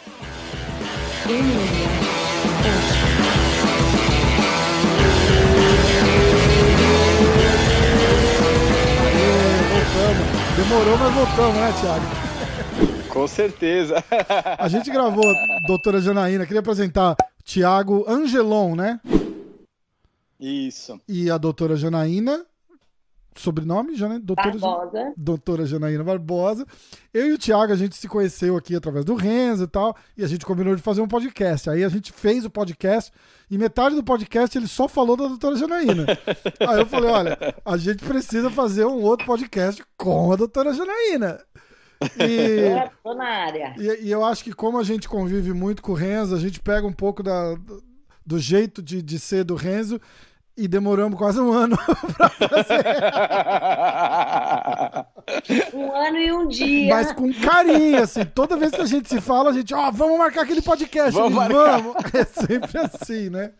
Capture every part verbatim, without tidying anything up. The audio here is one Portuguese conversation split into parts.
Demorou, mas voltamos, né, Thiago? Com certeza. A gente gravou doutora Janaína, queria apresentar Thiago Angelon, né? Isso. E a doutora Janaína, sobrenome? Jana... Doutora Barbosa. Jan... Doutora Janaína Barbosa. Eu e o Thiago, a gente se conheceu aqui através do Renzo e tal, e a gente combinou de fazer um podcast. Aí a gente fez o podcast, e metade do podcast ele só falou da doutora Janaína. Aí eu falei, olha, a gente precisa fazer um outro podcast com a doutora Janaína. E, eu tô na área. E, e eu acho que como a gente convive muito com o Renzo, a gente pega um pouco da, do, do jeito de, de ser do Renzo e demoramos quase um ano pra fazer. Um ano e um dia. Mas com carinho, assim. Toda vez que a gente se fala, a gente, ó, oh, vamos marcar aquele podcast. Vamos, Eles, vamos. É sempre assim, né?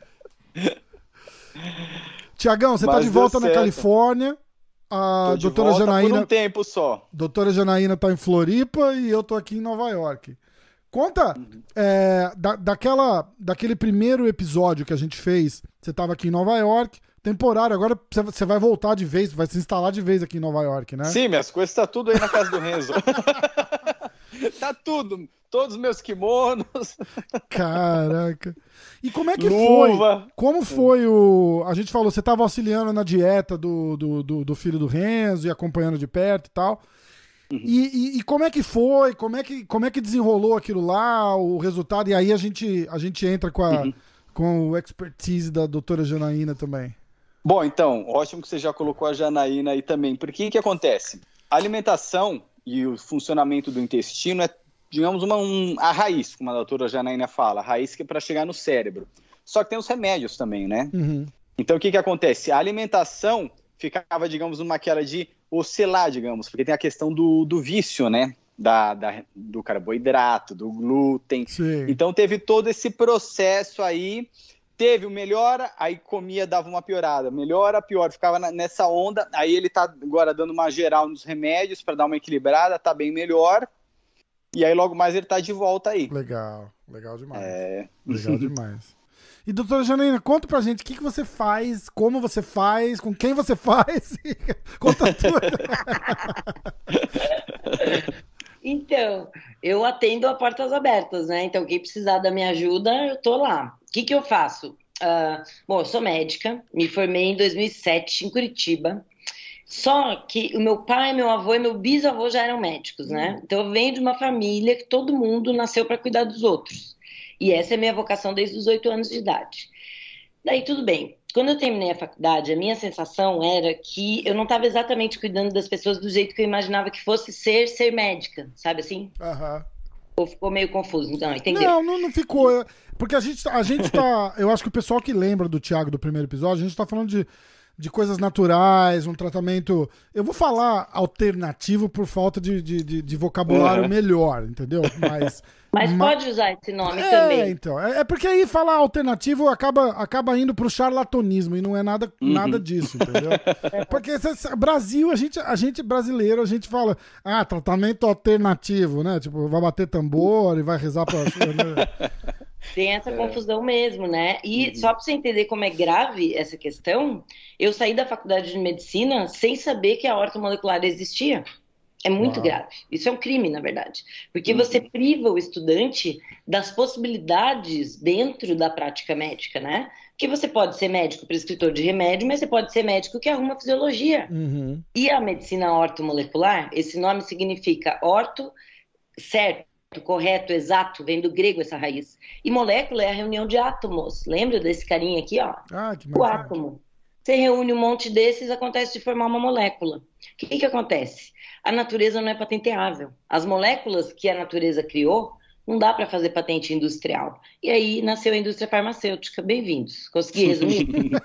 Tiagão, você Mas tá de volta na Califórnia. A tô doutora de volta Janaína. Por um tempo só. Doutora Janaína tá em Floripa e eu tô aqui em Nova York. Conta uhum. é, da, daquela, daquele primeiro episódio que a gente fez. Você tava aqui em Nova York, temporário. Agora você vai voltar de vez, vai se instalar de vez aqui em Nova York, né? Sim, minhas coisas tá tudo aí na casa do Renzo. Tá tudo. Todos os meus kimonos. Caraca. E como é que Luva. foi? Como foi o... A gente falou, você estava auxiliando na dieta do, do, do, do filho do Renzo e acompanhando de perto e tal. Uhum. E, e, e como é que foi? Como é que, como é que desenrolou aquilo lá, o resultado? E aí a gente, a gente entra com, a, uhum. com o expertise da doutora Janaína também. Bom, então, ótimo que você já colocou a Janaína aí também. Porque o que acontece? A alimentação e o funcionamento do intestino é, digamos, uma, um, a raiz, como a doutora Janaína fala, a raiz que é para chegar no cérebro. Só que tem os remédios também, né? Uhum. Então, o que que acontece? A alimentação ficava, digamos, numa aquela de oscilar, digamos, porque tem a questão do, do vício, né? Da, da, do carboidrato, do glúten. Sim. Então, teve todo esse processo aí. Teve o melhora, aí comia, dava uma piorada. Melhora, pior, ficava na, nessa onda. Aí ele tá agora dando uma geral nos remédios para dar uma equilibrada, tá bem melhor. E aí logo mais ele tá de volta aí. Legal, legal demais. É... Legal demais. E doutora Janaína, conta pra gente o que, que você faz, como você faz, com quem você faz. Conta tudo. Então, eu atendo a portas abertas, né? Então, quem precisar da minha ajuda, eu tô lá. O que que eu faço? Uh, bom, eu sou médica, me formei em dois mil e sete em Curitiba. Só que o meu pai, meu avô e meu bisavô já eram médicos, né? Então, eu venho de uma família que todo mundo nasceu para cuidar dos outros. E essa é a minha vocação desde os oito anos de idade. Daí, tudo bem. Quando eu terminei a faculdade, a minha sensação era que eu não estava exatamente cuidando das pessoas do jeito que eu imaginava que fosse ser, ser médica, sabe assim? Aham. Ou ficou meio confuso? Não, entendeu? Não, não, não ficou. Porque a gente, a gente tá... Eu acho que o pessoal que lembra do Thiago do primeiro episódio, a gente tá falando de, de coisas naturais, um tratamento... Eu vou falar alternativo por falta de, de, de, de vocabulário uhum. melhor, entendeu? Mas... Mas pode usar esse nome é, também. Então, é, é porque aí falar alternativo acaba, acaba indo pro charlatanismo e não é nada, uhum. nada disso, entendeu? Porque Brasil, a gente, a gente brasileiro, a gente fala, ah, tratamento alternativo, né? Tipo, vai bater tambor e vai rezar pra... Tem essa é. confusão mesmo, né? E uhum. só pra você entender como é grave essa questão, eu saí da faculdade de medicina sem saber que a ortomolecular existia. É muito Uau. grave. Isso é um crime, na verdade. Porque uhum. você priva o estudante das possibilidades dentro da prática médica, né? Porque você pode ser médico prescritor de remédio, mas você pode ser médico que arruma fisiologia. Uhum. E a medicina ortomolecular, esse nome significa orto, certo, correto, exato, vem do grego essa raiz. E molécula é a reunião de átomos. Lembra desse carinha aqui, ó? Ah, que o átomo. Você reúne um monte desses, acontece de formar uma molécula. O que que acontece? A natureza não é patenteável. As moléculas que a natureza criou, não dá para fazer patente industrial. E aí nasceu a indústria farmacêutica. Bem-vindos. Consegui resumir?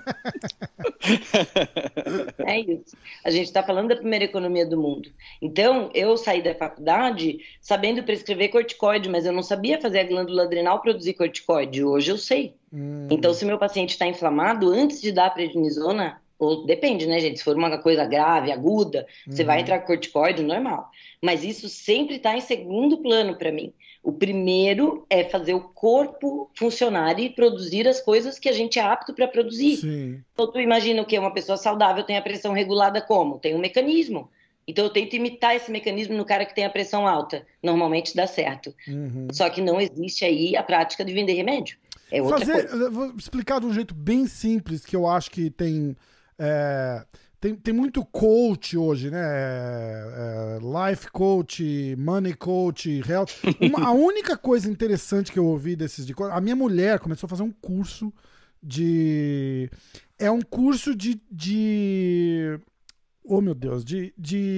É isso. A gente está falando da primeira economia do mundo. Então, eu saí da faculdade sabendo prescrever corticoide, mas eu não sabia fazer a glândula adrenal produzir corticoide. Hoje eu sei. Hum. Então, se meu paciente está inflamado, antes de dar a prednisona, Ou depende, né, gente? Se for uma coisa grave, aguda, você Uhum. vai entrar com corticoide, normal. Mas isso sempre está em segundo plano para mim. O primeiro é fazer o corpo funcionar e produzir as coisas que a gente é apto para produzir. Sim. Então, tu imagina o que? Uma pessoa saudável tem a pressão regulada como? Tem um mecanismo. Então, eu tento imitar esse mecanismo no cara que tem a pressão alta. Normalmente dá certo. Uhum. Só que não existe aí a prática de vender remédio. É outra Fazer, coisa. eu vou explicar de um jeito bem simples, que eu acho que tem. é, tem, tem muito coach hoje, né? É, é, life coach, money coach, health. Uma- a única coisa interessante que eu ouvi desses de co- a minha mulher começou a fazer um curso de. É um curso de. de oh, meu Deus, de.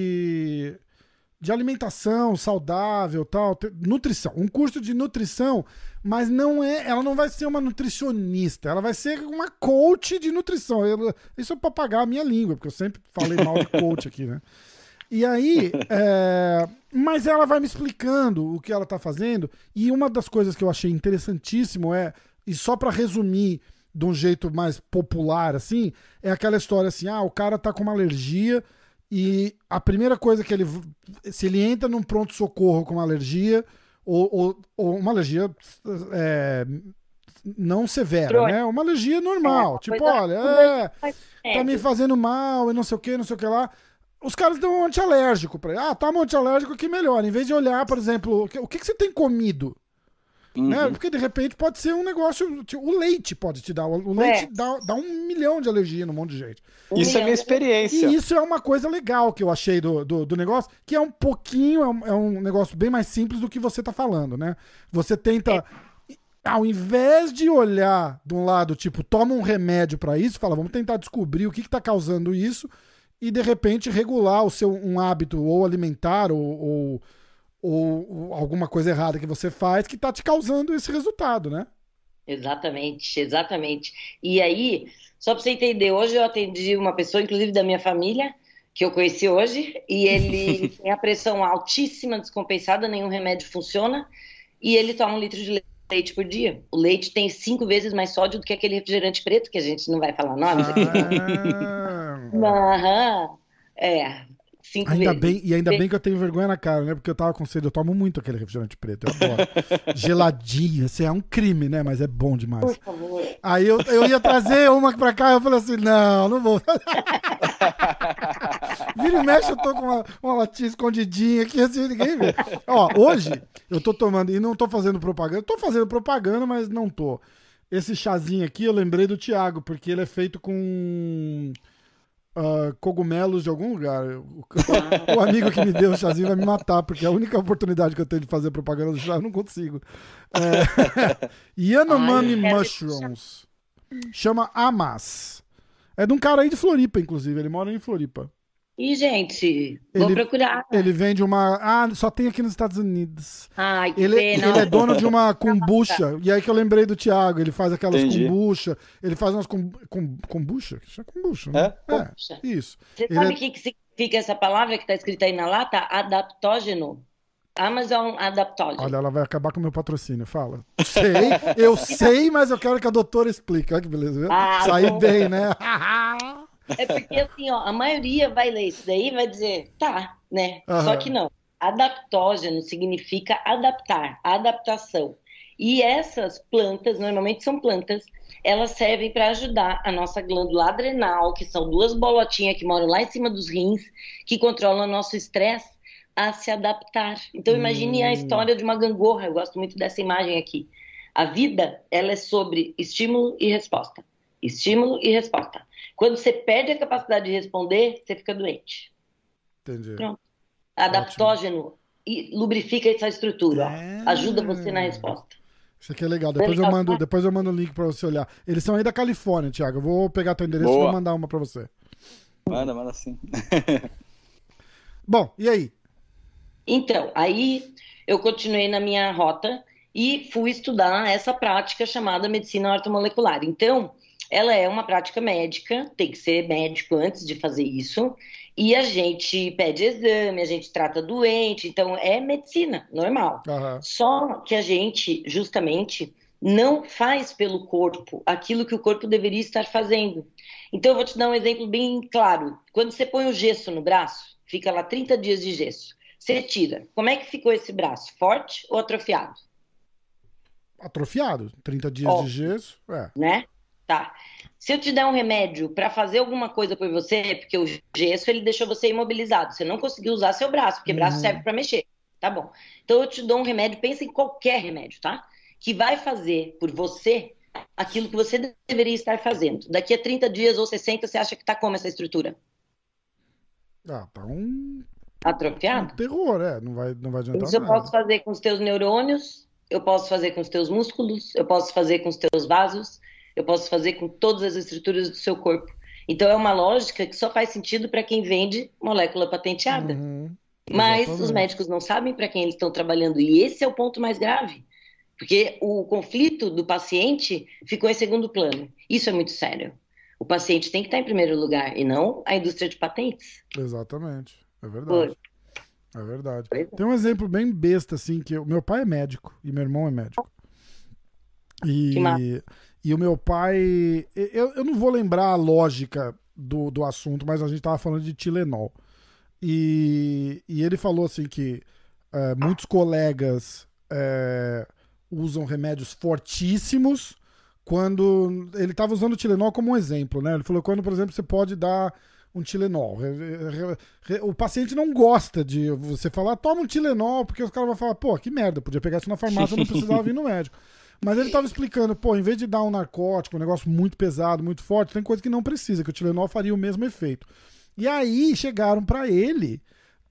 de de alimentação saudável, tal, te- nutrição, um curso de nutrição, mas não é, ela não vai ser uma nutricionista, ela vai ser uma coach de nutrição. Eu- isso é para pagar a minha língua, porque eu sempre falei mal de coach aqui, né? E aí, é, mas ela vai me explicando o que ela tá fazendo, e uma das coisas que eu achei interessantíssimo é, e só para resumir de um jeito mais popular assim, é aquela história assim, ah, o cara tá com uma alergia e a primeira coisa que ele. Se ele entra num pronto-socorro com uma alergia, ou, ou, ou uma alergia é, não severa, Crônica. né? Uma alergia normal. É, tipo, coisa- olha, é, É, tá me fazendo mal e não sei o que, não sei o que lá. Os caras dão um antialérgico pra ele. Ah, toma um antialérgico que melhora. Em vez de olhar, por exemplo, o que, o que que você tem comido? Uhum. Né? Porque de repente pode ser um negócio. Tipo, o leite pode te dar. O leite É. dá, dá um milhão de alergia num monte de gente. um Isso é milhão. minha experiência. E isso é uma coisa legal que eu achei do, do, do negócio, que é um pouquinho, é um, é um negócio bem mais simples do que você tá falando, né? Você tenta, ao invés de olhar de um lado, tipo, toma um remédio pra isso, fala, vamos tentar descobrir o que que tá causando isso e, de repente, regular o seu um hábito ou alimentar ou, ou, ou- ou alguma coisa errada que você faz que tá te causando esse resultado, né? Exatamente, exatamente. E aí, só para você entender, hoje eu atendi uma pessoa, inclusive da minha família, que eu conheci hoje, e ele tem a pressão altíssima, descompensada, nenhum remédio funciona, e ele toma um litro de leite por dia. O leite tem cinco vezes mais sódio do que aquele refrigerante preto, que a gente não vai falar nomes aqui. Ah, Aham, é, cinco ainda vezes. bem, e ainda bem que eu tenho vergonha na cara, né? Porque eu tava com sede, eu tomo muito aquele refrigerante preto, eu adoro. Geladinho, assim, é um crime, né? Mas é bom demais. Por favor. Aí eu, eu ia trazer uma pra cá, eu falei assim, não, não vou. Vira e mexe, eu tô com uma, uma latinha escondidinha aqui, assim, ninguém vê. Ó, hoje, eu tô tomando, e não tô fazendo propaganda, eu tô fazendo propaganda, mas não tô. Esse chazinho aqui, eu lembrei do Thiago, porque ele é feito com ah, cogumelos de algum lugar. O, o amigo que me deu o chazinho vai me matar, porque é a única oportunidade que eu tenho de fazer propaganda do chá, eu não consigo. É, Yanomami Ai, eu quero Mushrooms. Chama Amas. É de um cara aí de Floripa, inclusive. Ele mora em Floripa. Ih, gente, vou Ele- procurar. Ele vende uma. Ah, só tem aqui nos Estados Unidos. Ai, que Ele, pena. ele é dono de uma kombucha. E aí que eu lembrei do Thiago. Ele faz aquelas Entendi. kombucha. Ele faz umas com, com, kombucha? Isso é kombucha, né? Kombucha. isso. Você Ele sabe é- o que, que significa essa palavra que está escrita aí na lata? Adaptógeno. Amazon Adaptógeno. Olha, ela vai acabar com o meu patrocínio. Fala. Sei, eu sei, mas eu quero que a doutora explique. Olha que beleza. Viu? Ah, Saí bom. bem, né? É porque assim, ó, a maioria vai ler isso daí e vai dizer, tá, né? Aham. Só que não. Adaptógeno significa adaptar, adaptação. E essas plantas, normalmente são plantas, elas servem para ajudar a nossa glândula adrenal, que são duas bolotinhas que moram lá em cima dos rins, que controlam o nosso estresse, a se adaptar. Então imagine a Hum. história de uma gangorra, eu gosto muito dessa imagem aqui. A vida, ela é sobre estímulo e resposta. Estímulo e resposta. Quando você perde a capacidade de responder, você fica doente. Entendi. Pronto. Adaptógeno e lubrifica essa estrutura, ó. É. Ajuda você na resposta. Isso aqui é legal. Depois eu mando, depois eu mando o link pra você olhar. Eles são aí da Califórnia, Thiago. Eu vou pegar teu endereço e Boa. vou mandar uma pra você. Manda, manda sim. Bom, e aí? Então, aí eu continuei na minha rota e fui estudar essa prática chamada medicina ortomolecular. Então, ela é uma prática médica, tem que ser médico antes de fazer isso, e a gente pede exame, a gente trata doente, então é medicina, normal. Aham. Só que a gente, justamente, não faz pelo corpo aquilo que o corpo deveria estar fazendo. Então, eu vou te dar um exemplo bem claro. Quando você põe o gesso no braço, fica lá trinta dias de gesso. Você tira. Como é que ficou esse braço? Forte ou atrofiado? Atrofiado. trinta dias Ó, de gesso. É. né? Tá. Se eu te der um remédio para fazer alguma coisa por você, porque o gesso ele deixou você imobilizado, você não conseguiu usar seu braço, porque braço serve Uhum. para mexer. Tá bom. Então eu te dou um remédio, pensa em qualquer remédio, tá? Que vai fazer por você aquilo que você deveria estar fazendo. Daqui a trinta dias ou sessenta, você acha que tá como essa estrutura? Ah, tá um, um Atrofiado? terror, é. Não vai, não vai adiantar Isso eu posso nada. fazer com os teus neurônios, eu posso fazer com os teus músculos, eu posso fazer com os teus vasos, eu posso fazer com todas as estruturas do seu corpo. Então é uma lógica que só faz sentido para quem vende molécula patenteada. Uhum. Mas os Exatamente. médicos não sabem para quem eles estão trabalhando. E esse é o ponto mais grave. Porque o conflito do paciente ficou em segundo plano. Isso é muito sério. O paciente tem que estar em primeiro lugar e não a indústria de patentes. Exatamente. É Por- verdade. É verdade. Pois é. Tem um exemplo bem besta, assim, que o meu pai é médico e meu irmão é médico. Que massa. E, e o meu pai. Eu, eu não vou lembrar a lógica do, do assunto, mas a gente tava falando de Tilenol. E, e ele falou assim que é, muitos colegas é, usam remédios fortíssimos quando. Ele estava usando o Tilenol como um exemplo, né? Ele falou quando, por exemplo, você pode dar um Tilenol. Re- re- re- O paciente não gosta de você falar, toma um Tilenol, porque os caras vão falar, pô, que merda, podia pegar isso na farmácia, eu não precisava vir no médico. Mas ele estava explicando, pô, em vez de dar um narcótico, um negócio muito pesado, muito forte, tem coisa que não precisa, que o Tilenol faria o mesmo efeito. E aí chegaram pra ele,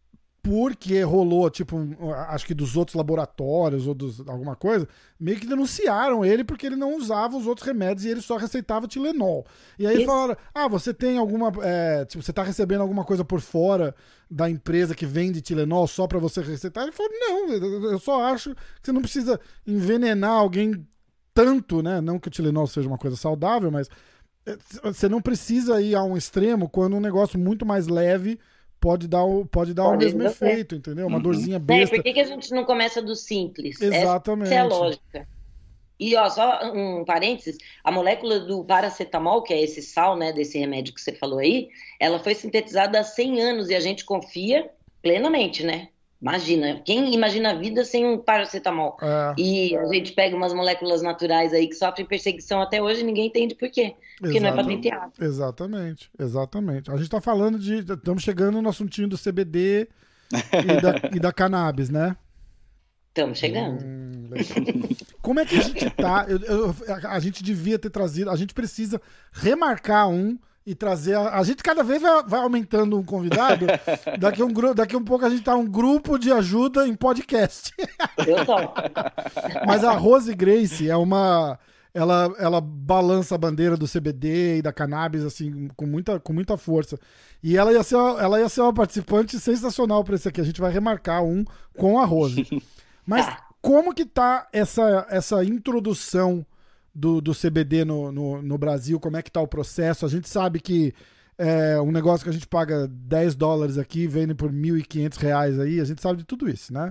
porque rolou, tipo, um, acho que dos outros laboratórios ou dos, alguma coisa, meio que denunciaram ele porque ele não usava os outros remédios e ele só receitava Tilenol. E aí Isso. falaram, ah, você tem alguma, é, tipo, você tá recebendo alguma coisa por fora da empresa que vende Tilenol só pra você receitar? Ele falou, não, eu só acho que você não precisa envenenar alguém tanto, né? Não que o Tilenol seja uma coisa saudável, mas é, você não precisa ir a um extremo quando um negócio muito mais leve pode dar o, pode dar o Pode mesmo resolver. efeito, entendeu? Uma Uhum. dorzinha Né? besta. Por que que a gente não começa do simples? Essa Exatamente. é a lógica. E ó, só um parênteses, a molécula do paracetamol, que é esse sal, né, desse remédio que você falou aí, ela foi sintetizada há cem anos e a gente confia plenamente, né? Imagina, quem imagina a vida sem um paracetamol? É, E a gente pega umas moléculas naturais aí que sofrem perseguição até hoje e ninguém entende por quê. Porque não é exata- patenteado. exatamente, exatamente. A gente tá falando de. Estamos chegando no assuntinho do C B D e da, e da cannabis, né? Estamos chegando. Hum, legal. Como é que a gente tá? Eu- eu- a, a gente devia ter trazido. A gente precisa remarcar um e trazer. A, a gente cada vez vai, vai aumentando um convidado. Daqui a um, gru- daqui a um pouco a gente tá um grupo de ajuda em podcast. Eu topo. Mas a Rose Grace é uma. Ela, ela balança a bandeira do C B D e da cannabis assim com muita, com muita força. E ela ia ser, uma- ela ia ser uma participante sensacional para esse aqui. A gente vai remarcar um com a Rose. Mas Tá. como que tá essa, essa introdução do, do C B D no, no, no Brasil? Como é que tá o processo? A gente sabe que é um negócio que a gente paga dez dólares aqui, vende por mil e quinhentos reais aí. A gente sabe de tudo isso, né?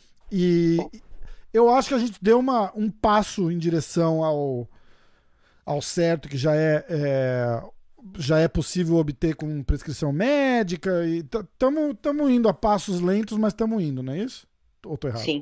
E eu acho que a gente deu uma, um passo em direção ao, ao certo, que já é, é, já é possível obter com prescrição médica. E estamos indo a passos lentos, mas estamos indo, não é isso? Ou tô errado? Sim.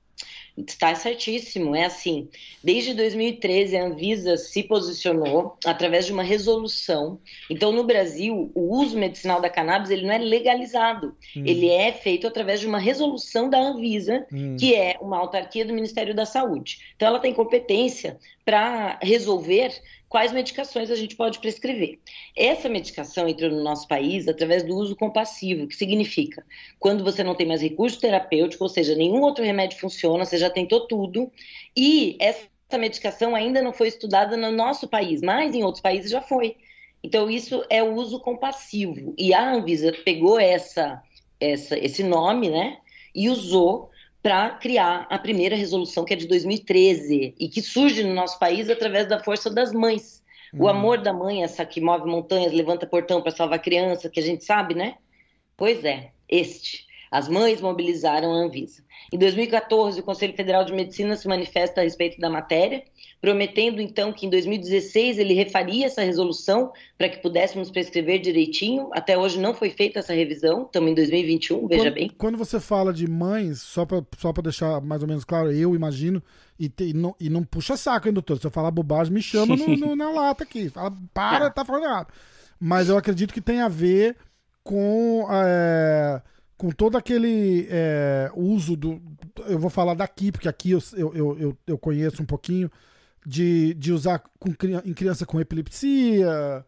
Está certíssimo, é assim, desde dois mil e treze a Anvisa se posicionou através de uma resolução. Então, no Brasil, o uso medicinal da cannabis ele não é legalizado, Hum. ele é feito através de uma resolução da Anvisa, Hum. que é uma autarquia do Ministério da Saúde. Então, ela tem competência para resolver quais medicações a gente pode prescrever. Essa medicação entrou no nosso país através do uso compassivo, que significa quando você não tem mais recurso terapêutico, ou seja, nenhum outro remédio funciona, você já tentou tudo, e essa medicação ainda não foi estudada no nosso país, mas em outros países já foi. Então, isso é o uso compassivo. E a Anvisa pegou essa, essa, esse nome, né, e usou para criar a primeira resolução, que é de dois mil e treze, e que surge no nosso país através da força das mães. O Hum. amor da mãe, essa que move montanhas, levanta portão para salvar criança, que a gente sabe, né? Pois é, este. As mães mobilizaram a Anvisa. Em dois mil e quatorze, o Conselho Federal de Medicina se manifesta a respeito da matéria, prometendo então que em dois mil e dezesseis ele refaria essa resolução para que pudéssemos prescrever direitinho. Até hoje não foi feita essa revisão, estamos em dois mil e vinte e um, veja quando, bem. Quando você fala de mães, só para só para deixar mais ou menos claro, eu imagino, e, te, e, não, e não puxa saco, hein, doutor? Se eu falar bobagem, me chama no, no, na lata aqui. Fala, para, tá falando errado. Mas eu acredito que tem a ver com... É, com todo aquele é, uso do... Eu vou falar daqui, porque aqui eu, eu, eu, eu conheço um pouquinho de, de usar com, em criança com epilepsia,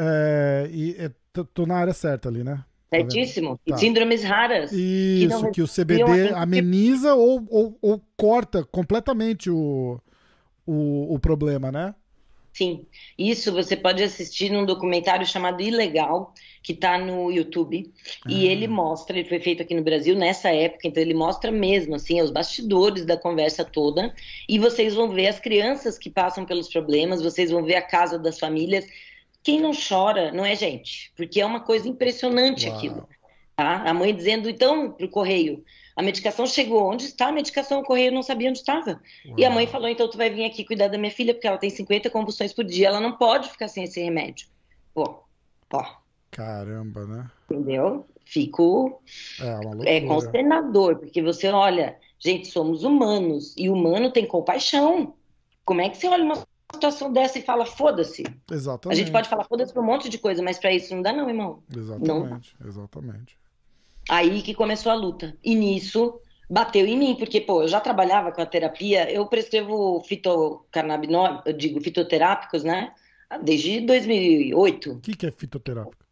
é, e é, tô na área certa ali, né? Certíssimo. Tá. E síndromes raras. Isso, que, que o C B D a... ameniza ou, ou, ou corta completamente o, o, o problema, né? Sim, isso você pode assistir num documentário chamado Ilegal, que está no YouTube, ah. e ele mostra, ele foi feito aqui no Brasil nessa época, então ele mostra mesmo, assim, os bastidores da conversa toda, e vocês vão ver as crianças que passam pelos problemas, vocês vão ver a casa das famílias. Quem não chora não é gente, porque é uma coisa impressionante Uau. Aquilo. Tá? A mãe dizendo, então, pro correio, a medicação chegou, onde está a medicação? O correio não sabia onde estava. Uau. E a mãe falou, então tu vai vir aqui cuidar da minha filha, porque ela tem cinquenta convulsões por dia, ela não pode ficar sem esse remédio. Pô, ó. Caramba, né? Entendeu? Fico... É, uma loucura. É consternador, porque você olha, gente, somos humanos, e humano tem compaixão. Como é que você olha uma situação dessa e fala, foda-se? Exatamente. A gente pode falar foda-se pra um monte de coisa, mas pra isso não dá não, irmão. Exatamente, não. exatamente. Aí que começou a luta. E nisso bateu em mim, porque, pô, eu já trabalhava com a terapia, eu prescrevo fitocannabinoides, eu digo fitoterápicos, né? Desde dois mil e oito. O que, que é fitoterápico?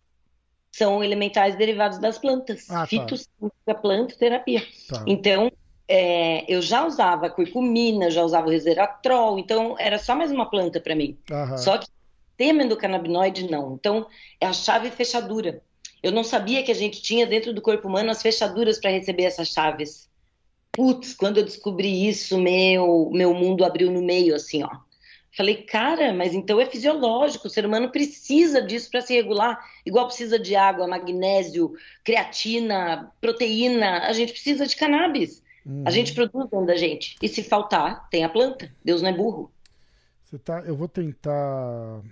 São elementais derivados das plantas. Ah, Fito tá. significa planta, terapia. Tá. Então, é, eu já usava curcumina, já usava o resveratrol, então era só mais uma planta para mim. Aham. Só que tema endocannabinoide não. Então, é a chave fechadura. Eu não sabia que a gente tinha dentro do corpo humano as fechaduras para receber essas chaves. Putz, quando eu descobri isso, meu, meu mundo abriu no meio, assim, ó. Falei, cara, mas então é fisiológico, o ser humano precisa disso para se regular, igual precisa de água, magnésio, creatina, proteína, a gente precisa de cannabis. Uhum. A gente produz dentro da gente. E se faltar, tem a planta. Deus não é burro. Você tá, eu vou tentar...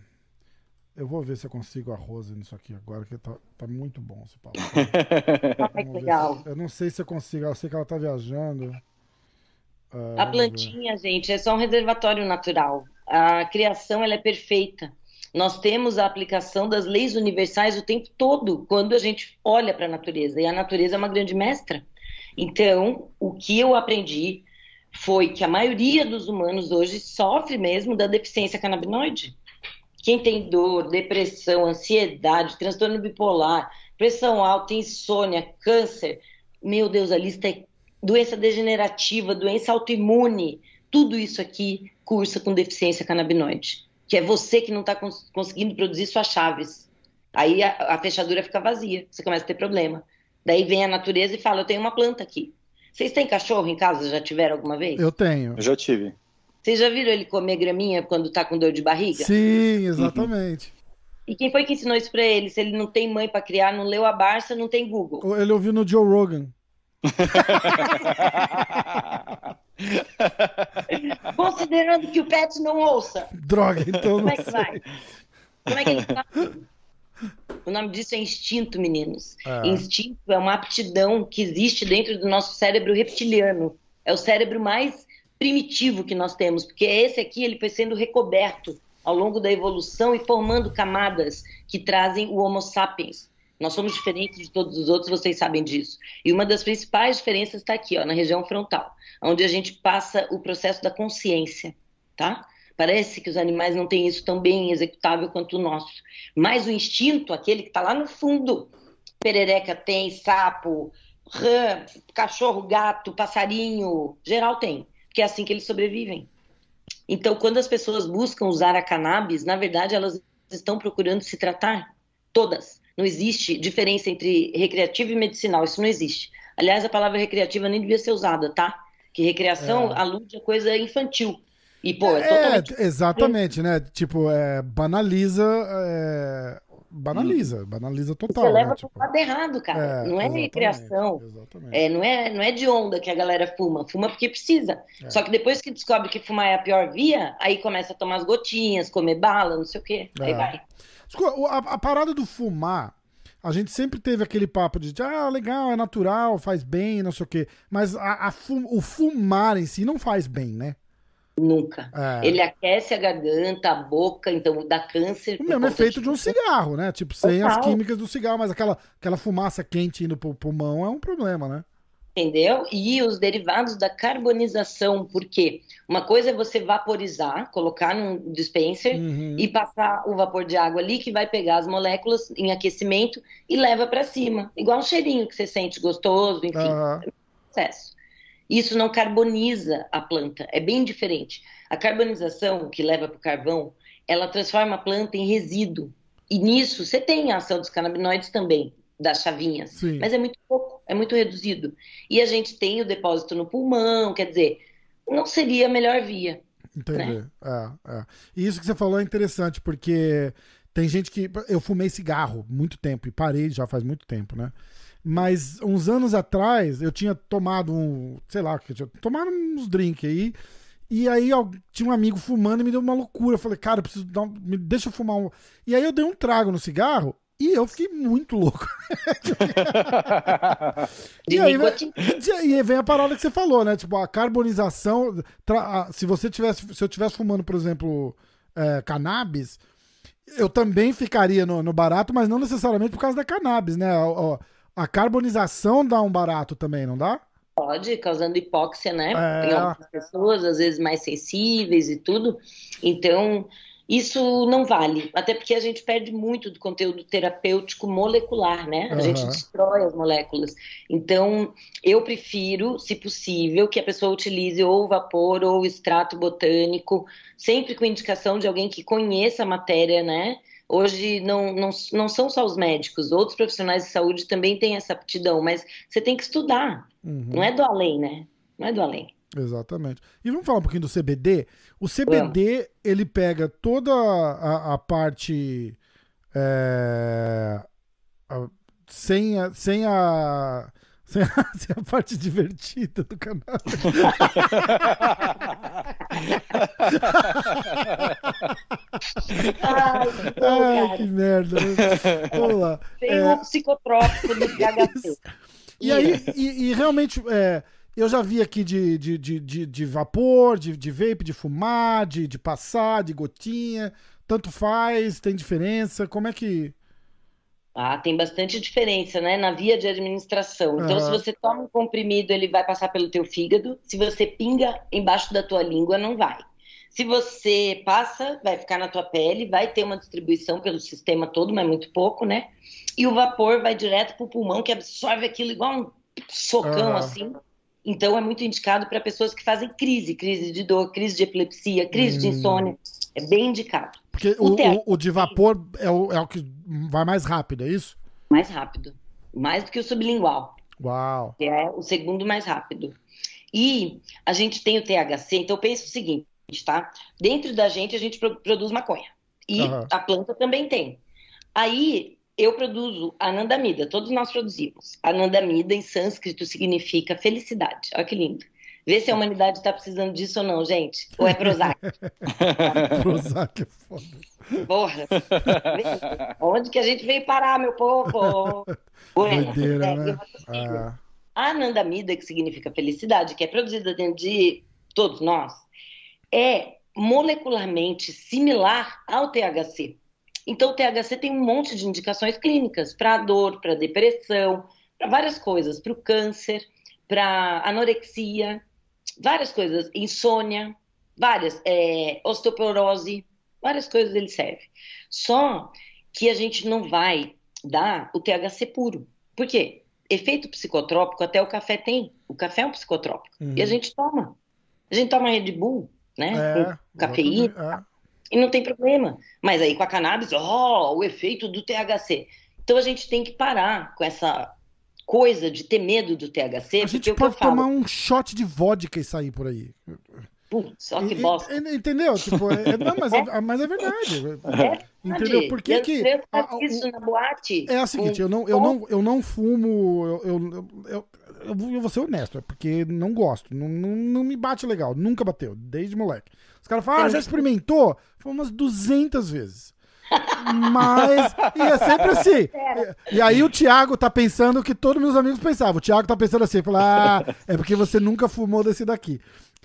Eu vou ver se eu consigo a Rose nisso aqui agora, que tá, tá muito bom esse papo. Ah, que legal. Se, eu não sei se eu consigo, eu sei que ela tá viajando. Uh, a plantinha, ver. gente, é só um reservatório natural. A criação, ela é perfeita. Nós temos a aplicação das leis universais o tempo todo, quando a gente olha para a natureza. E a natureza é uma grande mestra. Então, o que eu aprendi foi que a maioria dos humanos hoje sofre mesmo da deficiência canabinoide. Quem tem dor, depressão, ansiedade, transtorno bipolar, pressão alta, insônia, câncer, meu Deus, a lista é doença degenerativa, doença autoimune, tudo isso aqui cursa com deficiência canabinoide, que é você que não está cons- conseguindo produzir suas chaves. Aí a, a fechadura fica vazia, você começa a ter problema. Daí vem a natureza e fala, eu tenho uma planta aqui. Vocês têm cachorro em casa? Já tiveram alguma vez? Eu tenho. Eu já tive. Vocês já viram ele comer graminha quando tá com dor de barriga? Sim, exatamente. Uhum. E quem foi que ensinou isso pra ele? Se ele não tem mãe pra criar, não leu a Barça, não tem Google. Ele ouviu no Joe Rogan. Considerando que o pet não ouça. Droga, então Como não é que sei. vai? Como é que ele sabe? O nome disso é instinto, meninos. É. Instinto é uma aptidão que existe dentro do nosso cérebro reptiliano. É o cérebro mais primitivo que nós temos, porque esse aqui ele foi sendo recoberto ao longo da evolução e formando camadas que trazem o Homo sapiens. Nós somos diferentes de todos os outros, vocês sabem disso. E uma das principais diferenças está aqui, ó, na região frontal, onde a gente passa o processo da consciência, tá? Parece que os animais não têm isso tão bem executável quanto o nosso. Mas o instinto, aquele que está lá no fundo, perereca tem, sapo, rã, cachorro, gato, passarinho, geral tem. Porque é assim que eles sobrevivem. Então, quando as pessoas buscam usar a cannabis, na verdade, elas estão procurando se tratar. Todas. Não existe diferença entre recreativo e medicinal. Isso não existe. Aliás, a palavra recreativa nem devia ser usada, tá? Que recreação É. alude a coisa infantil. E, pô, é, É, totalmente... exatamente, né? Tipo, é, banaliza é, banaliza, banaliza total. Você leva né? pro Tipo, lado errado, cara. é, Não é exatamente, recreação. exatamente. É, não, é, não é de onda que a galera fuma. Fuma porque precisa. É. Só que depois que descobre que fumar é a pior via, aí começa a tomar as gotinhas, comer bala, não sei o quê. Aí É. vai. Escuta, A, a parada do fumar, a gente sempre teve aquele papo de, ah, legal, é natural, faz bem, não sei o quê. Mas a, a fu- o fumar em si não faz bem, né? Nunca. É. Ele aquece a garganta, a boca, então dá câncer. O por mesmo conta efeito de um disso. cigarro, né? Tipo, sem as Total. químicas do cigarro, mas aquela, aquela fumaça quente indo pro pulmão é um problema, né? Entendeu? E os derivados da carbonização, porque uma coisa é você vaporizar, colocar num dispenser Uhum. e passar o vapor de água ali que vai pegar as moléculas em aquecimento e leva para cima, igual um cheirinho que você sente gostoso, enfim, Aham. processo. Isso não carboniza a planta, é bem diferente. A carbonização que leva para o carvão, ela transforma a planta em resíduo. E nisso você tem a ação dos canabinoides também, das chavinhas, Sim. mas é muito pouco, é muito reduzido. E a gente tem o depósito no pulmão, quer dizer, não seria a melhor via. Entendi. É, é. E isso que você falou é interessante, porque tem gente que. Eu fumei cigarro muito tempo e parei já faz muito tempo, né? Mas uns anos atrás eu tinha tomado um. Sei lá, que eu tinha tomado uns drinks aí. E aí al- tinha um amigo fumando e me deu uma loucura. Eu falei, cara, eu preciso dar um, me deixa eu fumar um. E aí eu dei um trago no cigarro e eu fiquei muito louco. De E aí, vem, nicotina. e aí vem a parada que você falou, né? Tipo, a carbonização. tra- a- se você tivesse. Se eu tivesse fumando, por exemplo, é, cannabis, eu também ficaria no, no barato, mas não necessariamente por causa da cannabis, né? A, a- a carbonização dá um barato também, não dá? Pode, causando hipóxia, né? É. Em algumas pessoas, às vezes mais sensíveis e tudo. Então, isso não vale. Até porque a gente perde muito do conteúdo terapêutico molecular, né? A gente Aham. destrói as moléculas. Então, eu prefiro, se possível, que a pessoa utilize ou vapor ou extrato botânico, sempre com indicação de alguém que conheça a matéria, né? Hoje não, não, não são só os médicos, outros profissionais de saúde também têm essa aptidão, mas você tem que estudar. Uhum. Não é do além, né? Não é do além. Exatamente. E vamos falar um pouquinho do C B D? O C B D, ele pega toda a, a parte é, a- sem, a, sem, a, sem, a, sem a parte divertida do canal. Ai, que bom, Ai, cara. que merda. né? Vamos lá. Tem É, um psicotrópico do T H C. E aí, e, e realmente, é, eu já vi aqui de, de, de, de, de vapor, de, de vape, de fumar, de, de passar, de gotinha. Tanto faz, tem diferença. Como é que. Ah, tem bastante diferença, né, na via de administração. Então, Aham. se você toma um comprimido, ele vai passar pelo teu fígado. Se você pinga embaixo da tua língua, não vai. Se você passa, vai ficar na tua pele, vai ter uma distribuição pelo sistema todo, mas muito pouco, né? E o vapor vai direto pro pulmão, que absorve aquilo igual um socão, Aham. assim. Então, é muito indicado para pessoas que fazem crise, crise de dor, crise de epilepsia, crise de Hum. insônia. É bem indicado. Porque O o, T H C o, o de vapor é o, é o que vai mais rápido, é isso? mais rápido, mais do que o sublingual, Uau. que é o segundo mais rápido. E a gente tem o T H C, então pensa o seguinte, tá? Dentro da gente a gente pro- produz maconha. E Aham. a planta também tem. Aí eu produzo anandamida, todos nós produzimos. Anandamida em sânscrito significa felicidade. Olha que lindo. Vê se a humanidade está precisando disso ou não, gente. Ou é Prozac. Prozac é foda. Porra. Onde que a gente veio parar, meu povo? Bueno, Doideira, é, né? eu acho Ah, A anandamida, que significa felicidade, que é produzida dentro de todos nós, é molecularmente similar ao T H C. Então, o T H C tem um monte de indicações clínicas para dor, para depressão, para várias coisas, para o câncer, para anorexia, várias coisas, insônia, várias, é, osteoporose, várias coisas ele serve. Só que a gente não vai dar o T H C puro. Por quê? Efeito psicotrópico até o café tem. O café é um psicotrópico. Uhum. E a gente toma. A gente toma Red Bull, né? é, Com cafeína. exatamente, E não tem problema. Mas aí com a cannabis, ó, o efeito do T H C. Então a gente tem que parar com essa coisa de ter medo do T H C. é. A porque gente o que eu pode tomar falo, um shot de vodka e sair por aí. Putz, ó que E- bosta. e- entendeu? Tipo, é- não, mas é, mas é verdade. É Entendeu? Por que eu, que eu a- faço a- isso na boate. É a seguinte, com- eu não, eu não, eu não fumo, eu, eu, eu, eu vou eu vou ser honesto, é porque não gosto, não, não, não me bate legal, nunca bateu, desde moleque. Os caras falam, ah, já experimentou? Foi umas duzentas vezes. Mas, e é sempre assim. E, e aí o Thiago tá pensando o que todos meus amigos pensavam. O Thiago tá pensando assim, fala, ah, é porque você nunca fumou desse daqui.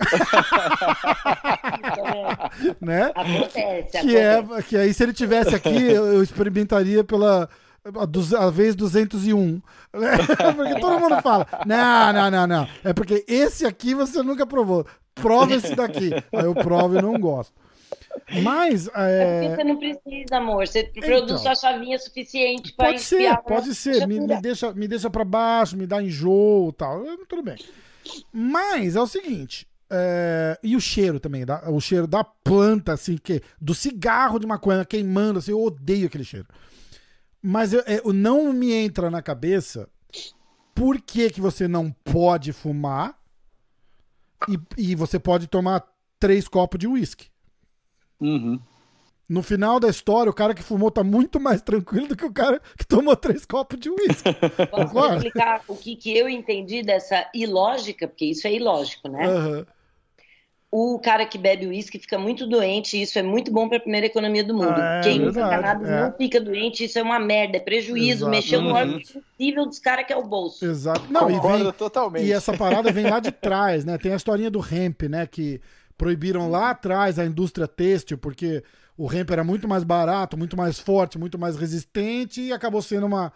Né? Acontece, Que, é, acontece. que aí, se ele tivesse aqui, eu, eu experimentaria pela a, duz- a vez duzentos e um. Né? Porque todo mundo fala: não, não, não, não. É porque esse aqui você nunca provou. Prova esse daqui. Aí eu provo e não gosto. Mas. É porque É, você não precisa, amor. Você produz sua chavinha suficiente para pode ser, enfiar na pode ser. Me, me chatura. deixa, me deixa pra baixo, me dá enjoo e tal. Eu- Tudo bem. Mas é o seguinte. é, e o cheiro também, da- o cheiro da planta, assim, que, do cigarro de maconha queimando, assim, eu odeio aquele cheiro. Mas eu, eu- não me entra na cabeça por que, que você não pode fumar e, e você pode tomar três copos de uísque. Uhum. No final da história, o cara que fumou tá muito mais tranquilo do que o cara que tomou três copos de uísque. Posso Claro. explicar o que, que eu entendi dessa ilógica, porque isso é ilógico, né? Aham. O cara que bebe uísque fica muito doente e isso é muito bom para a primeira economia do mundo. É, Quem usa verdade, cannabis é. não fica doente, isso é uma merda, é prejuízo, Exato. mexeu no Uhum. órgão sensível dos caras que é o bolso. Exato. Não, e, Concordo vem, totalmente. e essa parada vem lá de trás, né? Tem a historinha do hemp, né? Que proibiram lá atrás a indústria têxtil, porque o hemp era muito mais barato, muito mais forte, muito mais resistente e acabou sendo uma,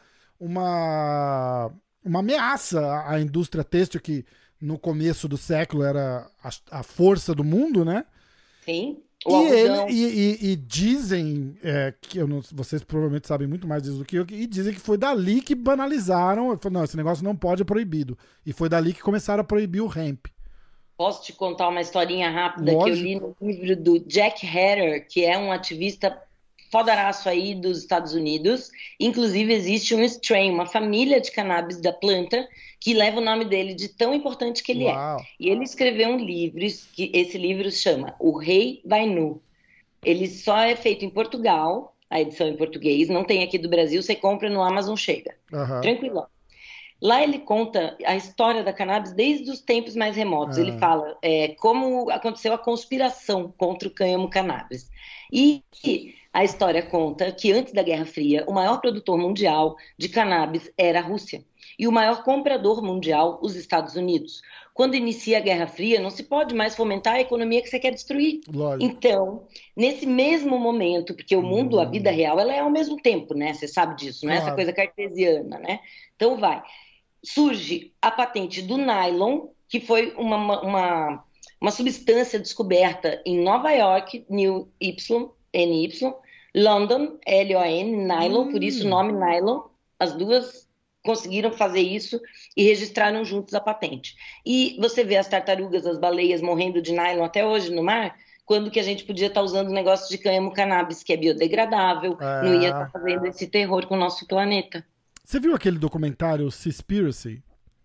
uma, uma ameaça à à indústria têxtil, que no começo do século era a, a força do mundo, né? Sim. O E, algodão. ele, e, e- e dizem, é, que eu não- vocês provavelmente sabem muito mais disso do que eu, e dizem que foi dali que banalizaram. Falaram, não, esse negócio não pode, é proibido. E foi dali que começaram a proibir o hemp. Posso te contar uma historinha rápida Lógico. que eu li no livro do Jack Herer, que é um ativista fodaraço aí dos Estados Unidos. Inclusive, existe um strain, uma família de cannabis da planta, que leva o nome dele de tão importante que ele é. Uau. E ele escreveu um livro, que esse livro chama O Rei Vai Nu. Ele só é feito em Portugal, a edição em português, não tem aqui do Brasil, você compra no Amazon, chega. Aham. Tranquilão. Lá ele conta a história da cannabis desde os tempos mais remotos. Ah. Ele fala é, como aconteceu a conspiração contra o cânhamo cannabis. E a história conta que antes da Guerra Fria, o maior produtor mundial de cannabis era a Rússia. E o maior comprador mundial, os Estados Unidos. Quando inicia a Guerra Fria, não se pode mais fomentar a economia que você quer destruir. Lógico. Então, nesse mesmo momento, porque o mundo, a vida real, ela é ao mesmo tempo, né? Você sabe disso, não é essa Claro. coisa cartesiana, né? Então vai. Surge a patente do nylon, que foi uma, uma, uma substância descoberta em Nova York, New Y, N Y, London, L O N, nylon, Hum. por isso o nome nylon. As duas conseguiram fazer isso e registraram juntos a patente. E você vê as tartarugas, as baleias morrendo de nylon até hoje no mar, quando que a gente podia estar usando o negócio de cânhamo cannabis, que é biodegradável, É. não ia estar fazendo esse terror com o nosso planeta. Você viu aquele documentário Seaspiracy?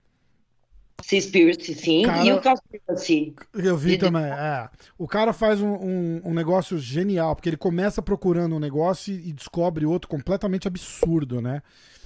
Seaspiracy, sim, Cara- e o Conspiracy. Eu vi De- também. É. O cara faz um, um- um negócio genial, porque ele começa procurando um negócio e, e descobre outro completamente absurdo, né?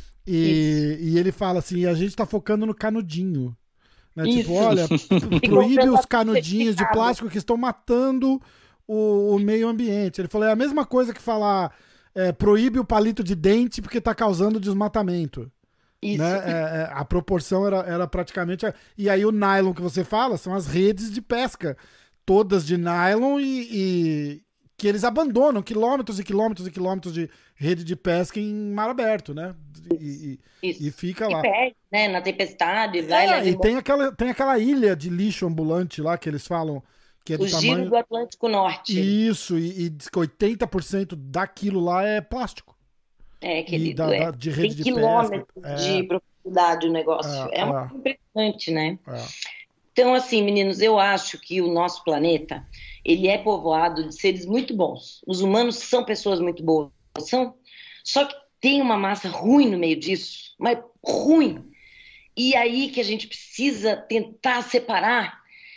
E, e ele fala assim: a gente tá focando no canudinho. Né? Tipo, Isso. olha, E proíbe comprando os canudinhos de certificado. plástico que estão matando o, o meio ambiente. Ele falou: é a mesma coisa que falar é, proíbe o palito de dente porque tá causando desmatamento. Isso. Né? É, é, a proporção era, era praticamente. a- E aí o nylon que você fala são as redes de pesca, todas de nylon e, e que eles abandonam quilômetros e quilômetros e quilômetros de rede de pesca em mar aberto, né? E, e- Isso. e fica E lá. perde, né? Na tempestade, vai É, leva e embora. tem aquela, tem aquela ilha de lixo ambulante lá que eles falam que é do O giro tamanho. do Atlântico Norte. Isso, e, e diz que oitenta por cento daquilo lá é plástico. É, querido, da- é. da- de rede Tem de quilômetros pesca. É. de profundidade o negócio. É, É, uma é. coisa impressionante, né? É. Então, assim, meninos, eu acho que o nosso planeta, ele é povoado de seres muito bons. Os humanos são pessoas muito boas, são. Só que tem uma massa ruim no meio disso, mas ruim. E aí que a gente precisa tentar separar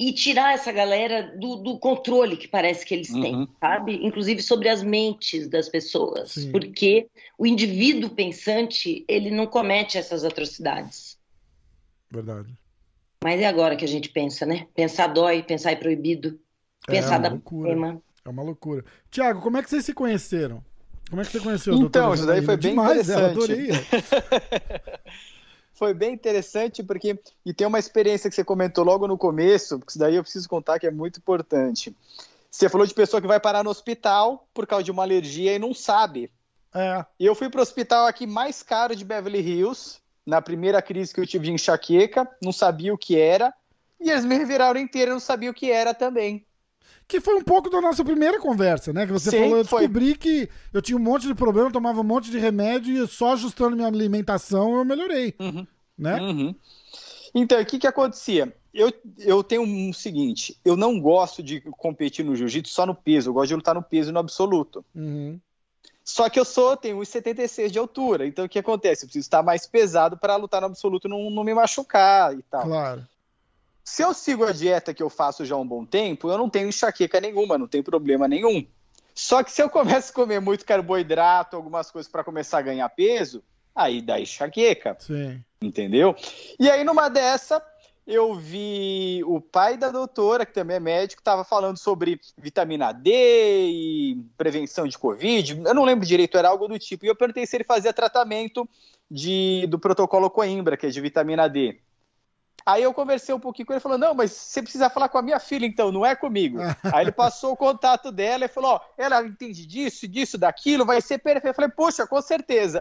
e tirar essa galera do, do controle que parece que eles têm, Uhum. sabe? Inclusive sobre as mentes das pessoas, Sim. porque o indivíduo pensante, ele não comete essas atrocidades. Verdade. Mas é agora que a gente pensa, né? Pensar dói, pensar é proibido, É pensar uma dá loucura. problema. É uma loucura. Tiago, como é que vocês se conheceram? Como é que você conheceu a Então, doutora isso daí Janaína? foi bem Demais, ela, interessante. adorei. Foi bem interessante porque, e tem uma experiência que você comentou logo no começo, porque isso daí eu preciso contar que é muito importante. Você falou de pessoa que vai parar no hospital por causa de uma alergia e não sabe. É. E eu fui para o hospital aqui mais caro de Beverly Hills, na primeira crise que eu tive de enxaqueca, não sabia o que era, e eles me reviraram inteiro e não sabia o que era também. Que foi um pouco da nossa primeira conversa, né? Que você Sim, falou, eu foi. descobri que eu tinha um monte de problema, tomava um monte de remédio e só ajustando minha alimentação eu melhorei, Uhum. né? Uhum. Então, o que que acontecia? Eu, eu tenho um seguinte, eu não gosto de competir no jiu-jitsu só no peso, eu gosto de lutar no peso e no absoluto. Uhum. Só que eu sou, tenho um e setenta e seis de altura, então o que acontece? Eu preciso estar mais pesado para lutar no absoluto e não, não me machucar e tal. Claro. Se eu sigo a dieta que eu faço já há um bom tempo, eu não tenho enxaqueca nenhuma, não tem problema nenhum. Só que se eu começo a comer muito carboidrato, algumas coisas para começar a ganhar peso, aí dá enxaqueca, Sim. entendeu? E aí numa dessa, eu vi o pai da doutora, que também é médico, estava falando sobre vitamina D e prevenção de Covid, eu não lembro direito, era algo do tipo. E eu perguntei se ele fazia tratamento de, do protocolo Coimbra, que é de vitamina D. Aí eu conversei um pouquinho com ele, falou, não, mas você precisa falar com a minha filha então, não é comigo. Aí ele passou o contato dela e falou, ó, ela entende disso, disso, daquilo, vai ser perfeito. Eu falei, poxa, com certeza.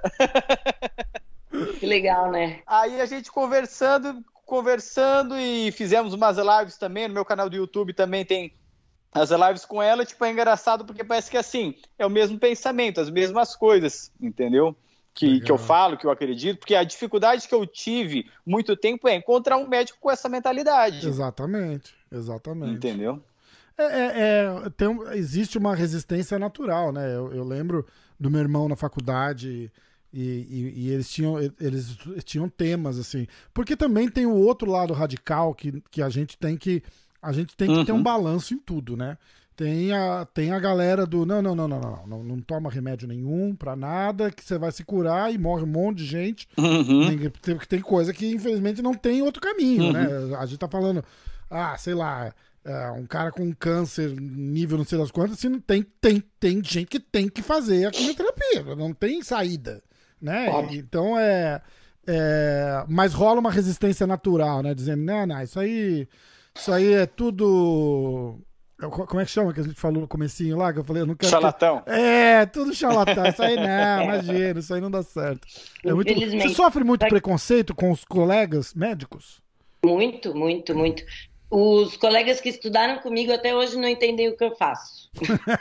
Que legal, né? Aí a gente conversando, conversando e fizemos umas lives também, no meu canal do YouTube também tem as lives com ela, tipo, é engraçado porque parece que assim, é o mesmo pensamento, as mesmas coisas, entendeu? Que, que eu falo, que eu acredito, porque a dificuldade que eu tive muito tempo é encontrar um médico com essa mentalidade. Exatamente, exatamente. Entendeu? É, é, é, tem um- existe uma resistência natural, né? Eu, eu lembro do meu irmão na faculdade e, e- e eles, tinham, eles tinham temas, assim. Porque também tem o outro lado radical que, que a gente tem que. A gente tem que Uhum. ter um balanço em tudo, né? Tem a, tem a galera do não, não, não, não, não, não, não toma remédio nenhum pra nada, que você vai se curar e morre um monte de gente. Uhum. Tem, tem, tem coisa que infelizmente não tem outro caminho, Uhum. né? A gente tá falando, ah, sei lá, é, um cara com câncer, nível não sei das quantas, assim, não tem, tem, tem gente que tem que fazer a quimioterapia, não tem saída, né? Óbvio. Então é, é. Mas rola uma resistência natural, né? Dizendo, não, não, isso aí. Isso aí é tudo. Como é que chama que a gente falou no comecinho lá? Que eu falei, eu não quero. Charlatão. Que... É, tudo charlatão. Isso aí não, imagina, isso aí não dá certo. É muito... Infelizmente. Você sofre muito Vai- preconceito com os colegas médicos? Muito, muito, muito. Os colegas que estudaram comigo até hoje não entendem o que eu faço.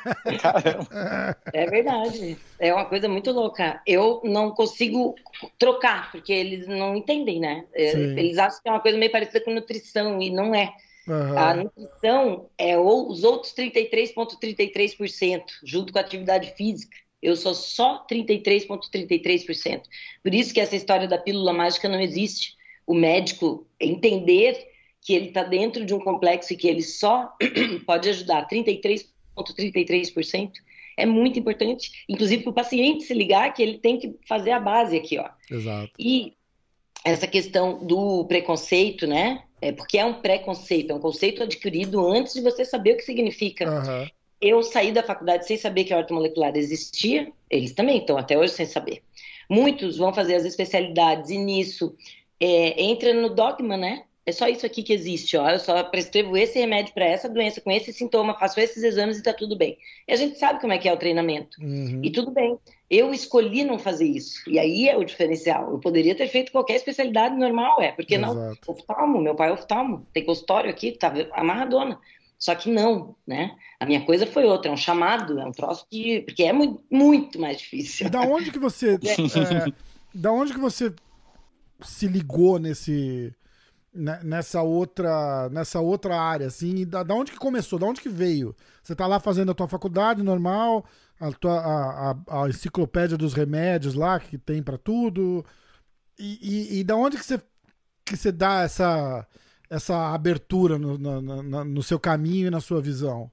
Caramba. É verdade. É uma coisa muito louca. Eu não consigo trocar, porque eles não entendem, né? É, Sim. Eles acham que é uma coisa meio parecida com nutrição, e não é. Aham. A nutrição é o- os outros trinta e três vírgula trinta e três por cento, junto com a atividade física. Eu sou só trinta e três vírgula trinta e três por cento. Por isso que essa história da pílula mágica não existe. O médico entender que ele está dentro de um complexo e que ele só pode ajudar trinta e três vírgula trinta e três por cento é muito importante. Inclusive para o paciente se ligar que ele tem que fazer a base aqui, ó. Exato. E essa questão do preconceito, né? É porque é um preconceito, é um conceito adquirido antes de você saber o que significa. Aham. Eu saí da faculdade sem saber que a ortomolecular existia, eles também estão até hoje sem saber. Muitos vão fazer as especialidades e nisso é, entra no dogma, né? É só isso aqui que existe, ó. Eu só prescrevo esse remédio para essa doença, com esse sintoma, faço esses exames e tá tudo bem. E a gente sabe como é que é o treinamento. Uhum. E tudo bem. Eu escolhi não fazer isso. E aí é o diferencial. Eu poderia ter feito qualquer especialidade normal, é. Porque não? Exato. Oftalmo, meu pai é oftalmo. Tem consultório aqui, tá amarradona. Só que não, né? A minha coisa foi outra, é um chamado, é um troço que... Porque é muito, muito mais difícil. E da onde que você. é, da onde que você se ligou nesse. ne- Nessa outra, nessa outra área, assim, e da, da onde que começou, da onde que veio? Você tá lá fazendo a tua faculdade normal, a, tua, a, a, a enciclopédia dos remédios lá, que tem pra tudo, e, e, e da onde que você, que você dá essa, essa abertura no, no, no, no seu caminho e na sua visão?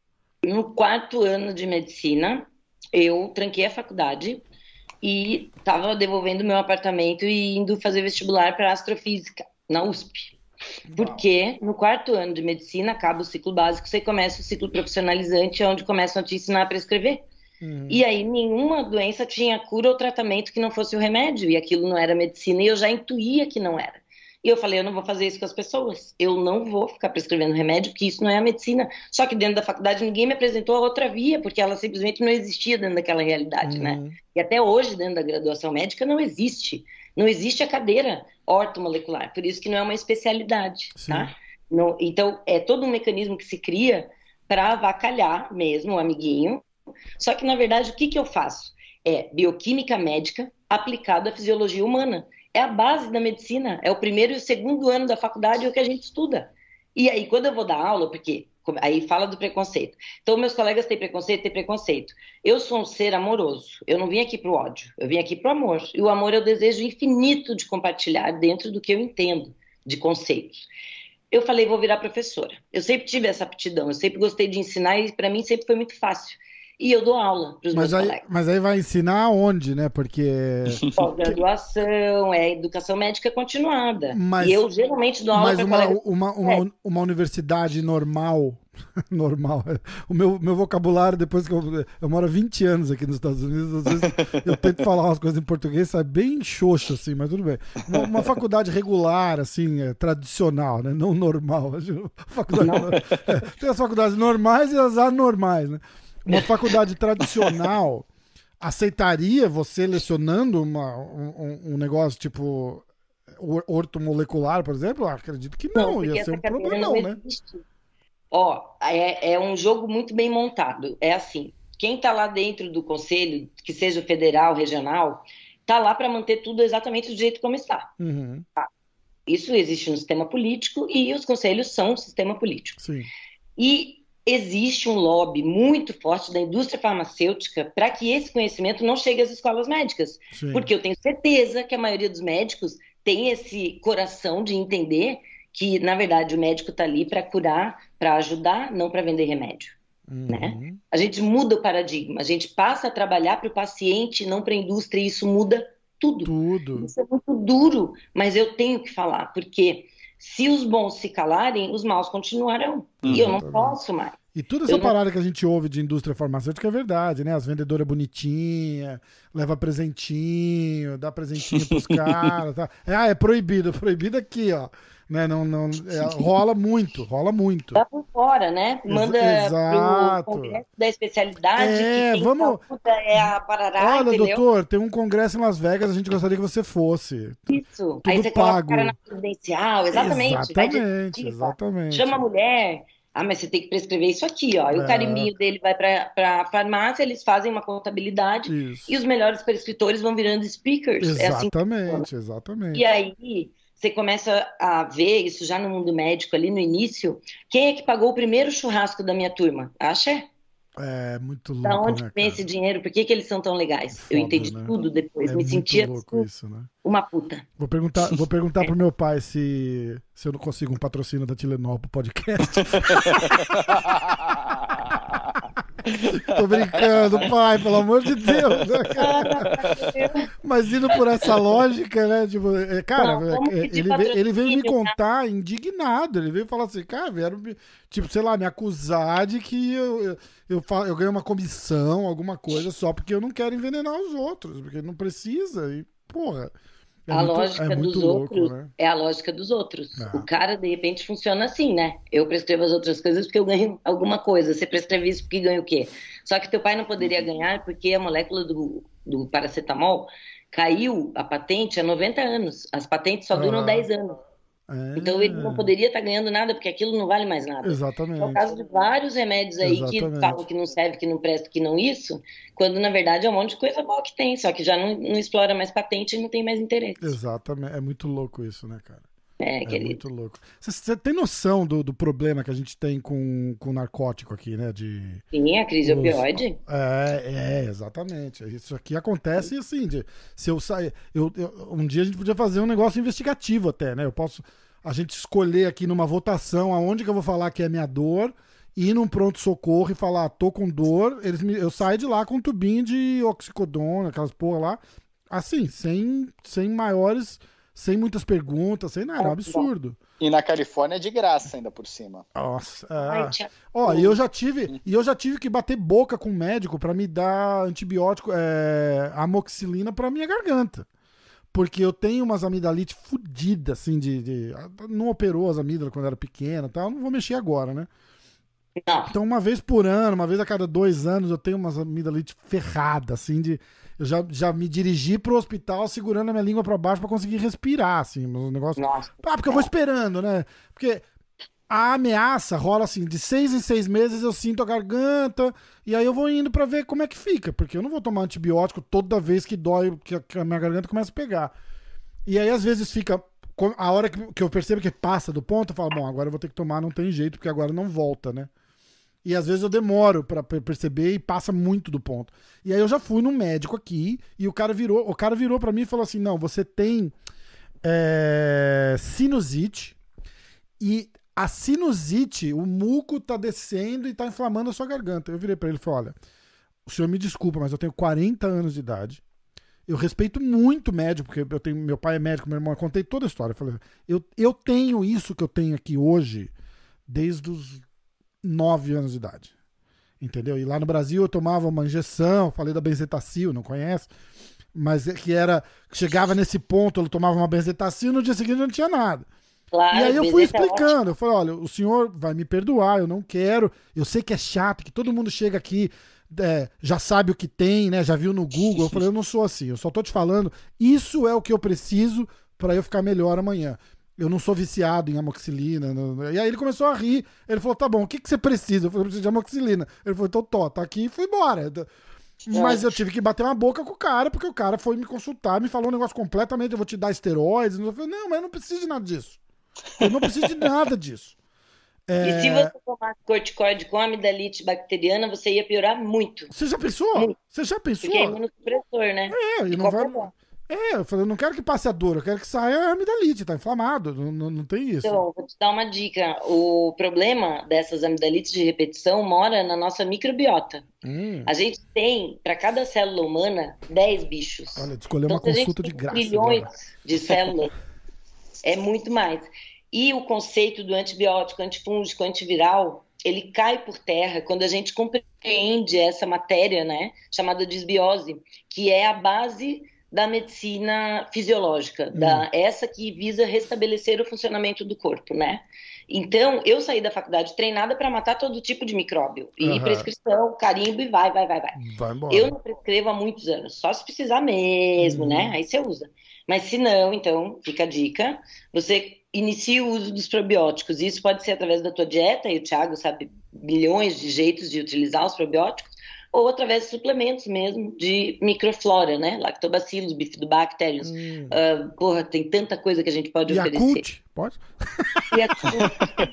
No quarto ano de medicina, eu tranquei a faculdade e estava devolvendo meu apartamento e indo fazer vestibular para astrofísica na U S P. Porque no quarto ano de medicina acaba o ciclo básico, você começa o ciclo profissionalizante, onde começam a te ensinar a prescrever. Uhum. E aí nenhuma doença tinha cura ou tratamento que não fosse o remédio, e aquilo não era medicina, e eu já intuía que não era. E eu falei, eu não vou fazer isso com as pessoas, eu não vou ficar prescrevendo remédio, porque isso não é a medicina. Só que dentro da faculdade ninguém me apresentou a outra via, porque ela simplesmente não existia dentro daquela realidade, uhum. né? E até hoje, dentro da graduação médica, não existe. Não existe a cadeira ortomolecular, por isso que não é uma especialidade, Sim. tá? Não, então, é todo um mecanismo que se cria para avacalhar mesmo o amiguinho. Só que, na verdade, o que, que eu faço? É bioquímica médica aplicada à fisiologia humana. É a base da medicina, é o primeiro e o segundo ano da faculdade, é o que a gente estuda. E aí, quando eu vou dar aula, porque aí fala do preconceito. Então, meus colegas têm preconceito, têm preconceito. Eu sou um ser amoroso, eu não vim aqui para o ódio, eu vim aqui para o amor. E o amor é o desejo infinito de compartilhar dentro do que eu entendo de conceitos. Eu falei, vou virar professora. Eu sempre tive essa aptidão, eu sempre gostei de ensinar e para mim sempre foi muito fácil. E eu dou aula para os meus aí, colegas. Mas aí vai ensinar onde, né? Porque... Pós-graduação, é educação médica continuada. Mas, e eu geralmente dou aula para uma, colegas... Uma, uma, uma, uma universidade normal... normal. O meu, meu vocabulário, depois que eu... Eu moro há vinte anos aqui nos Estados Unidos, às vezes eu tento falar umas coisas em português, sai bem xoxo, assim, mas tudo bem. Uma, uma faculdade regular, assim, é, tradicional, né? Não normal. Faculdade, é, tem as faculdades normais e as anormais, né? Uma faculdade tradicional aceitaria você lecionando uma, um, um negócio tipo ortomolecular, por exemplo? Eu acredito que não, não ia ser um problemão, né? Ó, é, é um jogo muito bem montado. É assim, quem está lá dentro do conselho, que seja federal, regional, está lá para manter tudo exatamente do jeito como está. Uhum. Tá? Isso existe no sistema político e os conselhos são um sistema político. Sim. E existe um lobby muito forte da indústria farmacêutica para que esse conhecimento não chegue às escolas médicas. Sim. Porque eu tenho certeza que a maioria dos médicos tem esse coração de entender que, na verdade, o médico está ali para curar, para ajudar, não para vender remédio. Uhum. Né? A gente muda o paradigma, a gente passa a trabalhar para o paciente, não para a indústria, e isso muda tudo. Tudo. Isso é muito duro, mas eu tenho que falar, porque se os bons se calarem, os maus continuarão. Uhum. E eu não posso mais. E toda essa eu parada não... que a gente ouve de indústria farmacêutica é verdade, né? As vendedoras bonitinhas, leva presentinho, dá presentinho pros caras. Tá? É, ah, é proibido, proibido aqui, ó. Né? Não, não, é, rola muito, rola muito. Dá por fora, né? Manda Exato. pro congresso da especialidade, é, que quem vamos... é a Parará, Olha, entendeu? doutor, tem um congresso em Las Vegas, a gente gostaria que você fosse. Isso. Tudo aí você pago. coloca o cara na presidencial, exatamente. Exatamente, exatamente. Chama a mulher... Ah, mas você tem que prescrever isso aqui, ó. E é. o carimbinho dele vai para a farmácia, eles fazem uma contabilidade isso. E os melhores prescritores vão virando speakers. Exatamente, é assim exatamente. E aí você começa a ver isso já no mundo médico ali no início. Quem é que pagou o primeiro churrasco da minha turma? A Axé. É, muito louco, Da onde né, vem cara? esse dinheiro? Por que, que eles são tão legais? Foda, eu entendi né? tudo depois. É Me muito sentia louco isso, né? uma puta. Vou perguntar, vou perguntar pro meu pai se, se eu não consigo um patrocínio da Tilenol pro podcast. Tô brincando, pai, pelo amor de Deus. Né, cara? Mas indo por essa lógica, né? Tipo, é, cara, não, é, ele, veio, ele veio me contar indignado. Ele veio falar assim, cara, vieram, tipo, sei lá, me acusar de que eu, eu, eu, eu ganho uma comissão, alguma coisa, só porque eu não quero envenenar os outros, porque não precisa. E, porra. É a muito, lógica é dos louco, outros né? é a lógica dos outros. É. O cara, de repente, funciona assim, né? Eu prescrevo as outras coisas porque eu ganho alguma coisa. Você prescreve isso porque ganha o quê? Só que teu pai não poderia ganhar porque a molécula do, do paracetamol caiu a patente há noventa anos. As patentes só duram ah. dez anos. É. Então ele não poderia estar ganhando nada porque aquilo não vale mais nada. Exatamente. É o caso de vários remédios aí Exatamente. que falam que não serve, que não presta, que não isso, quando na verdade é um monte de coisa boa que tem, só que já não, não explora mais patente e não tem mais interesse. Exatamente. É muito louco isso, né, cara? É, é querido. muito louco. Você tem noção do, do problema que a gente tem com, com narcótico aqui, né? De, Sim, a crise os... opioide. É, é, exatamente. Isso aqui acontece assim, de, se eu sair... Eu, eu, um dia a gente podia fazer um negócio investigativo até, né? Eu posso... a gente escolher aqui numa votação aonde que eu vou falar que é minha dor, ir num pronto-socorro e falar, tô com dor, eles me, eu saio de lá com um tubinho de oxicodona, aquelas porra lá, assim, sem, sem maiores, sem muitas perguntas, sem nada, é um absurdo. E na Califórnia é de graça ainda por cima. Nossa, é. Ó, e eu já tive, e eu já tive que bater boca com o médico pra me dar antibiótico, é, amoxicilina pra minha garganta. Porque eu tenho umas amidalite fodidas, assim, de, de. Não operou as amígdalas quando era pequena e tal, não vou mexer agora, né? Não. Então, uma vez por ano, uma vez a cada dois anos, eu tenho umas amidalite ferrada, assim, de. Eu já, já me dirigi pro hospital segurando a minha língua pra baixo pra conseguir respirar, assim, um negócio. Nossa. Ah, porque eu vou esperando, né? Porque a ameaça rola assim, de seis em seis meses eu sinto a garganta, e aí eu vou indo pra ver como é que fica, porque eu não vou tomar antibiótico toda vez que dói, que a, que a minha garganta começa a pegar. E aí, às vezes, fica. A hora que, que eu percebo que passa do ponto, eu falo, bom, agora eu vou ter que tomar, não tem jeito, porque agora não volta, né? E às vezes eu demoro pra perceber e passa muito do ponto. E aí eu já fui num médico aqui e o cara virou, o cara virou pra mim e falou assim: não, você tem é, sinusite e a sinusite, o muco tá descendo e tá inflamando a sua garganta. Eu virei pra ele e falei: olha, o senhor me desculpa, mas eu tenho quarenta anos de idade. Eu respeito muito médico, porque eu tenho, meu pai é médico, meu irmão, eu contei toda a história. Eu falei: eu, eu tenho isso que eu tenho aqui hoje desde os nove anos de idade, entendeu? E lá no Brasil eu tomava uma injeção, falei da benzetacil, não conhece? Mas é que era, chegava nesse ponto, eu tomava uma benzetacil, no dia seguinte não tinha nada. Claro, e aí eu fui Bezeta é explicando, ótimo. eu falei, olha, o senhor vai me perdoar, eu não quero, eu sei que é chato, que todo mundo chega aqui, é, já sabe o que tem, né? Já viu no Google. Eu falei, eu não sou assim, eu só tô te falando, isso é o que eu preciso pra eu ficar melhor amanhã. Eu não sou viciado em amoxicilina. Não. E aí ele começou a rir. Ele falou, tá bom, o que, que você precisa? Eu falei, eu preciso de amoxicilina. Ele falou, então tô, tá aqui e fui embora. Mas eu tive que bater uma boca com o cara, porque o cara foi me consultar, me falou um negócio completamente, eu vou te dar esteroides. Eu falei, não, mas eu não preciso de nada disso. Eu não preciso de nada disso. É... E se você tomasse corticoide com amidalite bacteriana, você ia piorar muito. Você já pensou? Muito. Você já pensou? Porque é imunossupressor, né? É, e De não qualquer vai... forma. É, eu falei, eu não quero que passe a dor, eu quero que saia a amidalite, tá inflamado, não, não, não tem isso. Então, vou te dar uma dica. O problema dessas amidalites de repetição mora na nossa microbiota. Hum. A gente tem, para cada célula humana, dez bichos. Olha, escolher então, uma se a gente consulta de tem graça. milhões Agora. de células, é muito mais. E o conceito do antibiótico, antifúngico, antiviral, ele cai por terra quando a gente compreende essa matéria, né, chamada disbiose, que é a base da medicina fisiológica, Hum. da, essa que visa restabelecer o funcionamento do corpo, né? Então, eu saí da faculdade treinada para matar todo tipo de micróbio. E Aham. prescrição, carimbo e vai, vai, vai, vai. Vai embora. Eu não prescrevo há muitos anos, só se precisar mesmo, Uhum. né? Aí você usa. Mas se não, então, fica a dica, você inicia o uso dos probióticos. Isso pode ser através da tua dieta, e o Thiago sabe milhões de jeitos de utilizar os probióticos, ou através de suplementos mesmo, de microflora, né? Lactobacillus, bifidobacterius. Hum. Uh, porra, tem tanta coisa que a gente pode oferecer. Yakult? Pode? Yakult.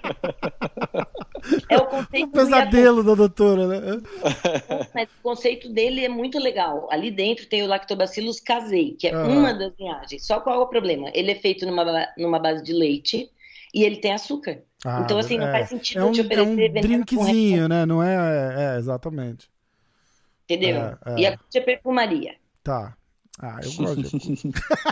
É o conceito Um pesadelo da doutora, né? do Yakult, mas o conceito dele é muito legal. Ali dentro tem o Lactobacillus casei, que é Ah. uma das linhagens. Só qual é o problema? Ele é feito numa, numa base de leite e ele tem açúcar. Ah, então, assim, não é. faz sentido É um, te é oferecer um veneno com drinkzinho, né? Não é, é, é, exatamente. entendeu? É, é. E a é perfumaria. Tá. Ah, eu gosto de Yakult.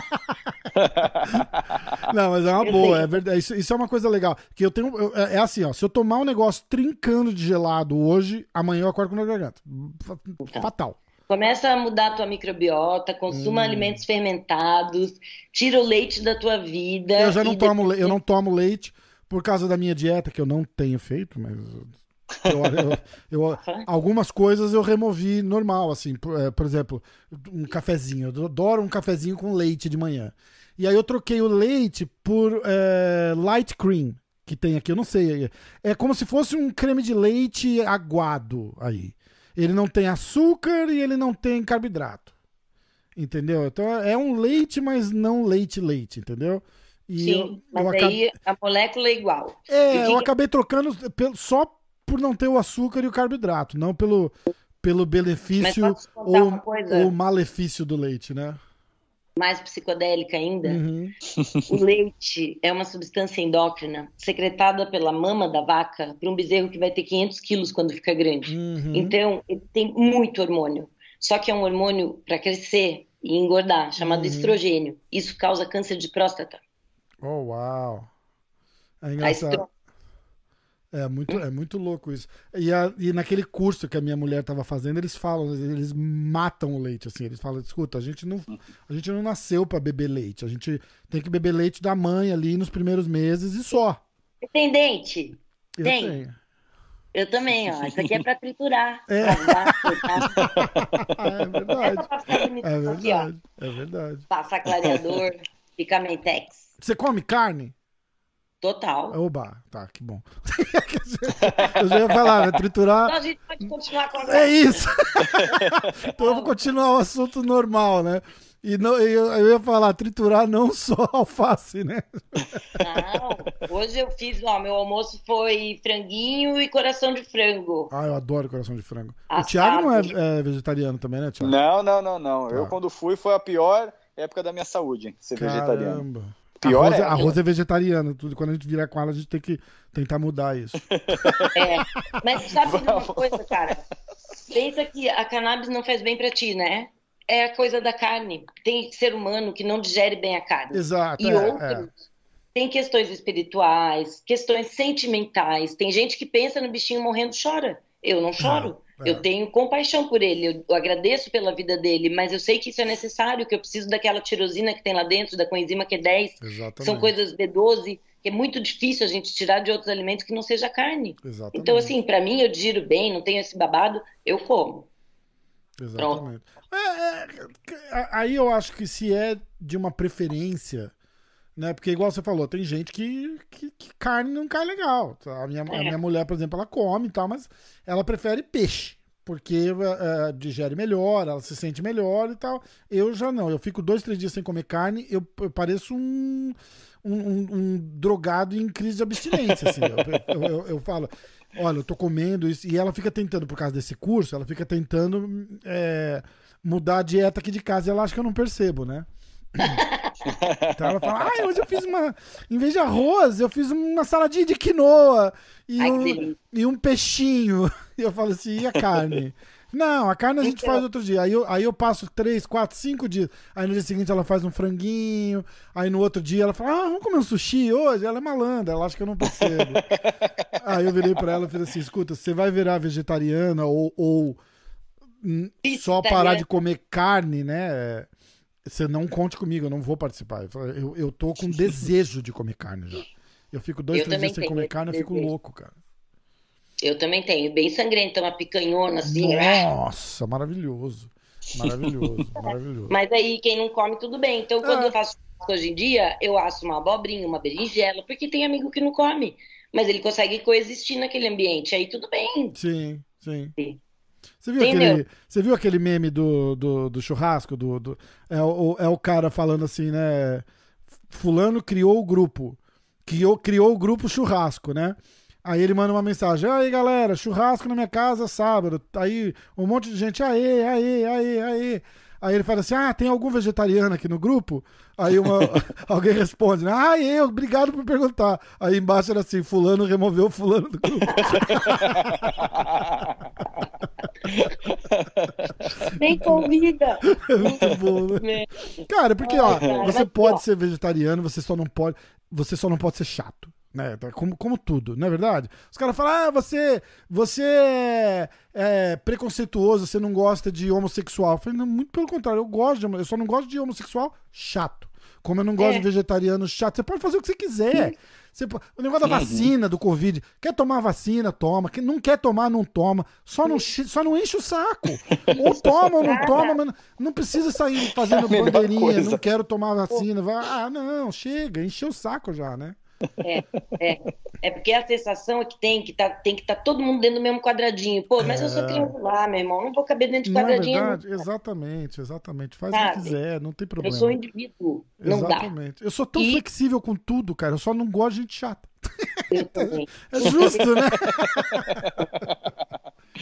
Não, mas é uma Eu boa, sei. é verdade. Isso, isso é uma coisa legal. Que eu tenho. eu- é é assim, ó. Se eu tomar um negócio trincando de gelado hoje, amanhã eu acordo com dor na garganta. Fa- Então. Fatal. Começa a mudar a tua microbiota, consuma Hum. alimentos fermentados, tira o leite da tua vida. Eu já não e tomo, depois- le- eu não tomo leite por causa da minha dieta, que eu não tenho feito, mas. eu- eu- eu- algumas coisas eu removi normal, assim. Por, é, por exemplo, um cafezinho. Eu adoro um cafezinho com leite de manhã. E aí eu troquei o leite por é, light cream, que tem aqui, eu não sei. É como se fosse um creme de leite aguado aí. Ele não tem açúcar e ele não tem carboidrato. Entendeu? Então é um leite, mas não leite-leite, entendeu? E Sim, eu, mas eu aí acabei, a molécula é igual. E o é, que eu que- acabei trocando pelo- só por não ter o açúcar e o carboidrato, não pelo, pelo Mas benefício posso te contar ou, uma coisa? ou malefício do leite, né? mais psicodélica ainda, Uhum. o leite é uma substância endócrina secretada pela mama da vaca para um bezerro que vai ter quinhentos quilos quando fica grande. Uhum. Então, ele tem muito hormônio. Só que é um hormônio para crescer e engordar, chamado Uhum. estrogênio. Isso causa câncer de próstata. Oh, uau. É A engraçado. estro- É muito, é muito louco isso. E, a- e naquele curso que a minha mulher estava fazendo, eles falam, eles matam o leite, assim. Eles falam, escuta, a gente não, a gente não nasceu para beber leite. A gente tem que beber leite da mãe ali nos primeiros meses e só. Tem dente? Eu Tem. tenho. Eu também, ó. Isso aqui é para triturar. É. Rasgar, cortar. Ah, é É verdade. pra ficar bonito. É Aqui, ó. verdade. É verdade. Passar clareador, Picamentex. Você come carne? Total. Oba, tá, que bom. Eu já ia falar, né? Triturar. Então a gente pode continuar com É isso! Então eu vou continuar o assunto normal, né? E não, eu, eu ia falar, triturar não só alface, né? Não, hoje eu fiz, ó, meu almoço foi franguinho e coração de frango. Ah, eu adoro coração de frango. O Assado. Thiago não é, é vegetariano também, né, Thiago? Não, não, não, não. Eu, Tá. quando fui, foi a pior época da minha saúde, ser vegetariano. Caramba. Pior a Rose, é- a Rose é vegetariana. Tudo, quando a gente virar com ela, a gente tem que tentar mudar isso. É. Mas sabe de uma coisa, cara? Pensa que a cannabis não faz bem pra ti, né? É a coisa da carne. Tem ser humano que não digere bem a carne. Exato. E é, outros é. tem questões espirituais, questões sentimentais. Tem gente que pensa no bichinho morrendo, chora. Eu não choro. É, é. Eu tenho compaixão por ele, eu, eu agradeço pela vida dele, mas eu sei que isso é necessário, que eu preciso daquela tirosina que tem lá dentro, da coenzima Q dez. Exatamente. São coisas B doze, que é muito difícil a gente tirar de outros alimentos que não seja carne. Exatamente. Então, assim, pra mim, eu digiro bem, não tenho esse babado, eu como. Exatamente. É, é, aí eu acho que se é de uma preferência, né? Porque igual você falou, tem gente que, que, que carne não cai legal. A minha, a É. minha mulher, por exemplo, ela come e tal, mas ela prefere peixe. Porque é, digere melhor, ela se sente melhor e tal. Eu já não. Eu fico dois, três dias sem comer carne, eu, eu pareço um, um, um- um drogado em crise de abstinência. Assim. Eu, eu, eu- eu falo, olha, eu tô comendo isso. E ela fica tentando, por causa desse curso, ela fica tentando é, mudar a dieta aqui de casa e ela acha que eu não percebo, né? Então ela fala, ah, hoje eu fiz uma. Em vez de arroz, eu fiz uma saladinha de quinoa e, Ai, que um, delícia. e um peixinho. E eu falo assim, e a carne? Não, a carne a gente Então. faz outro dia. Aí eu, aí eu passo três, quatro, cinco dias. Aí no dia seguinte ela faz um franguinho. Aí no outro dia ela fala, ah, vamos comer um sushi hoje? Ela é malandra, ela acha que eu não percebo. Aí eu virei pra ela e falei assim, escuta, você vai virar vegetariana ou, ou hum, só parar de comer carne, né? Você não conte comigo, eu não vou participar. Eu, falei, eu, eu tô com desejo de comer carne já. Eu fico dois, Eu três também dias sem tenho comer esse carne, eu fico desejo. louco, cara. Eu também tenho, bem sangrenta, uma picanhona assim. Nossa, maravilhoso. Maravilhoso, maravilhoso. Mas aí quem não come, tudo bem. Então, quando É. eu faço churrasco hoje em dia, eu asso uma abobrinha, uma berinjela, porque tem amigo que não come. Mas ele consegue coexistir naquele ambiente. Aí tudo bem. Sim, sim. Sim. Você viu, Entendeu? aquele, você viu aquele meme do, do, do churrasco? Do, do, é, o, é o cara falando assim, né? Fulano criou o grupo. Criou, criou o grupo churrasco, né? Aí ele manda uma mensagem, aí galera, churrasco na minha casa sábado. Aí um monte de gente, aê, aê, aê, aê. Aí ele fala assim, ah, tem algum vegetariano aqui no grupo? Aí uma, alguém responde, ah, eu, obrigado por perguntar. Aí embaixo era assim, fulano removeu fulano do grupo. Nem convida. É muito bom, né? Cara, porque ó, Ai, cara, você mas, pode ó. ser vegetariano, você só não pode, você só não pode ser chato, né? Como, como tudo, não é verdade? Os caras falam, ah, você, você é, é preconceituoso, você não gosta de homossexual. Eu falei, não, muito pelo contrário, eu gosto de, homo- eu só não gosto de homossexual chato. Como eu não gosto É. de vegetariano chato, você pode fazer o que você quiser. Você po- o negócio da vacina, do Covid. Quer tomar vacina, toma. Quem não quer tomar, não toma. Só não, chi- só não enche o saco. Ou toma ou não toma, mas não- não precisa sair fazendo A melhor bandeirinha. coisa. Não quero tomar vacina. Vai, ah, não, chega, encheu o saco já, né? É, é. É porque a sensação é que tem que tá, tem que estar todo mundo dentro do mesmo quadradinho. Pô, mas eu sou triangular, meu irmão. Não vou caber dentro de Não é quadradinho. verdade? Exatamente, exatamente. Faz o que Sabe? quiser, não tem Eu problema. sou um indivíduo. Não dá. Exatamente. Eu sou tão E- flexível com tudo, cara. Eu só não gosto de gente chata. Eu também. É justo, né?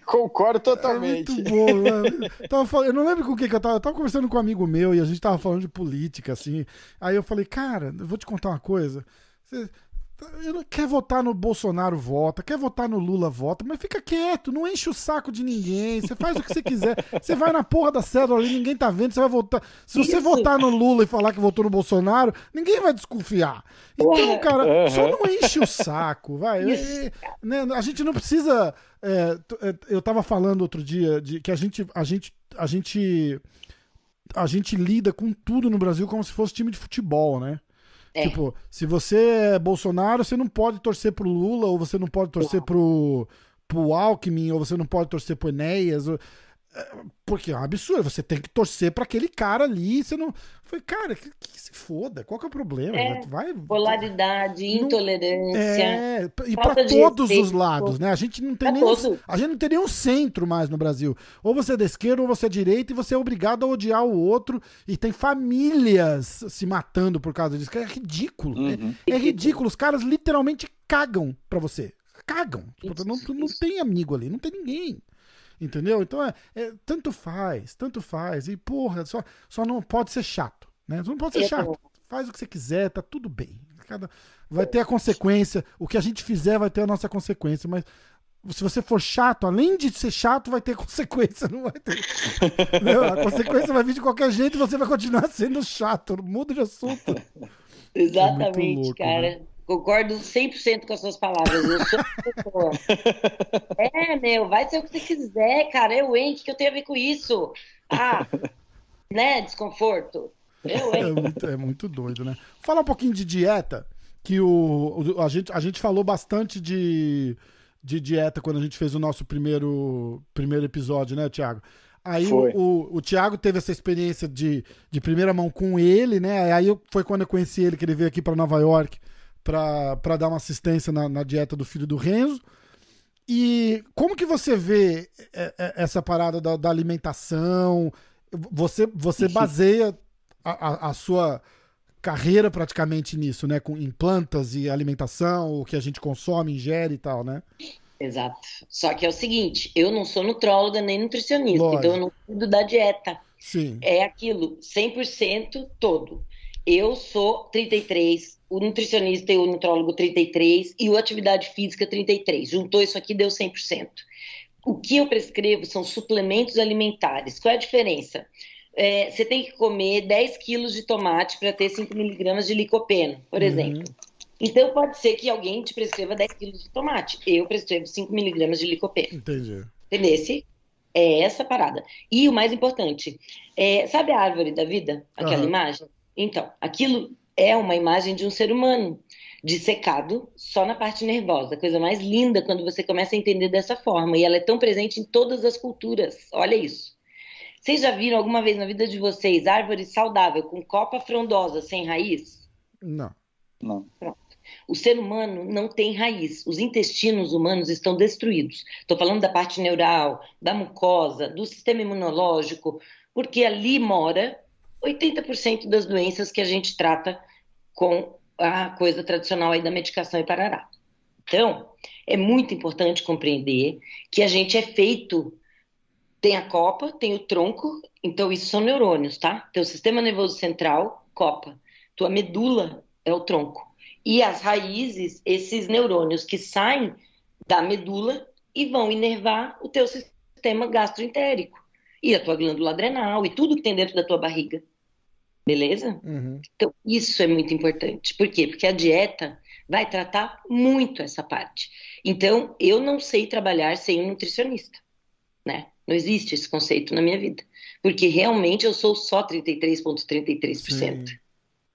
Concordo É totalmente. muito bom, né? Tava falando, eu não lembro com o que que eu tava. Eu tava conversando com um amigo meu e a gente tava falando de política, assim. Aí eu falei, cara, eu vou te contar uma coisa. Você eu não- quer votar no Bolsonaro, vota. Quer votar no Lula, vota. Mas fica quieto, não enche o saco de ninguém. Você faz o que você quiser. Você vai na porra da cédula ali, ninguém tá vendo. Você vai votar. Se você Isso. votar no Lula e falar que votou no Bolsonaro, ninguém vai desconfiar. Então, Porra. cara, só Aham. não enche o saco, vai. Isso. É, né, a gente não precisa. é, t- é, eu tava falando outro dia de que a gente, a gente, a gente, a gente lida com tudo no Brasil como se fosse time de futebol, né? É. Tipo, se você é Bolsonaro, você não pode torcer pro Lula, ou você não pode torcer pro, pro Alckmin, ou você não pode torcer pro Enéas. ou- é, Porque é um absurdo, você tem que torcer pra aquele cara ali. Você não. Foi, cara, que, que se foda, qual que é o problema? É. Vai. Polaridade, Não- intolerância. É, e falta pra de todos os respeito. lados, né? A gente não tem Pra nenhum, todos. a gente não tem nenhum centro mais no Brasil. Ou você é da esquerda ou você é direita e você é obrigado a odiar o outro e tem famílias se matando por causa disso. É ridículo. Uhum. É, é ridículo. Os caras literalmente cagam pra você. Cagam. Tipo, Isso, não, não isso. tem amigo ali, não tem ninguém. Entendeu? Então é, é- tanto faz, tanto faz. E porra, só, só não pode ser chato, né? Não pode ser Eu- chato. Faz o que você quiser, tá tudo bem. Cada, vai ter a consequência. O que a gente fizer vai ter a nossa consequência, mas se você for chato, além de ser chato, vai ter consequência, não vai ter. Entendeu? A consequência vai vir de qualquer jeito e você vai continuar sendo chato. Muda de assunto. Exatamente, louco, cara. né? Concordo cem por cento com as suas palavras. Eu sou essa pessoa. É, meu, vai ser o que você quiser, cara. Eu, hein? O que eu tenho a ver com isso? Ah, né? Desconforto. Eu, É hein? muito, é muito doido, né? Falar um pouquinho de dieta, que o, o- a, gente, a gente falou bastante de, de dieta quando a gente fez o nosso primeiro, primeiro episódio, né, Thiago? Aí o, Foi. o, o Thiago teve essa experiência de, de primeira mão com ele, né? Aí eu- foi quando eu conheci ele, que ele veio aqui para Nova York para para dar uma assistência na, na dieta do filho do Renzo. E como que você vê é, é, essa parada da, da alimentação? Você, você baseia a, a- a sua carreira praticamente nisso, né? Com, em plantas e alimentação, o que a gente consome, ingere e tal, né? Exato. Só que é o seguinte, eu não sou nutróloga nem nutricionista, Lógico. então eu não cuido da dieta. Sim. É aquilo, cem por cento todo. Eu sou trinta e três, o nutricionista e o nutrólogo trinta e três e o atividade física trinta e três. Juntou isso aqui, deu cem por cento. O que eu prescrevo são suplementos alimentares. Qual é a diferença? É, você tem que comer dez quilos de tomate para ter cinco miligramas de licopeno, por Uhum. exemplo. Então pode ser que alguém te prescreva dez quilos de tomate. Eu prescrevo cinco miligramas de licopeno. Entendi. Entendesse? É essa parada. E o mais importante, é, sabe a árvore da vida? Aquela Aham. imagem? Então, aquilo é uma imagem de um ser humano, dissecado só na parte nervosa. Coisa mais linda quando você começa a entender dessa forma. E ela é tão presente em todas as culturas. Olha isso. Vocês já viram alguma vez na vida de vocês árvore saudável com copa frondosa sem raiz? Não. Não. O ser humano não tem raiz. Os intestinos humanos estão destruídos. Estou falando da parte neural, da mucosa, do sistema imunológico, porque ali mora oitenta por cento das doenças que a gente trata com a coisa tradicional aí da medicação e parará. Então, é muito importante compreender que a gente é feito, tem a copa, tem o tronco, então isso são neurônios, tá? Teu sistema nervoso central, copa. Tua medula é o tronco. E as raízes, esses neurônios que saem da medula e vão inervar o teu sistema gastroentérico e a tua glândula adrenal e tudo que tem dentro da tua barriga. Beleza? Uhum. Então, isso é muito importante. Por quê? Porque a dieta vai tratar muito essa parte. Então, eu não sei trabalhar sem um nutricionista, né? Não existe esse conceito na minha vida. Porque realmente eu sou só trinta e três vírgula trinta e três por cento. Sim.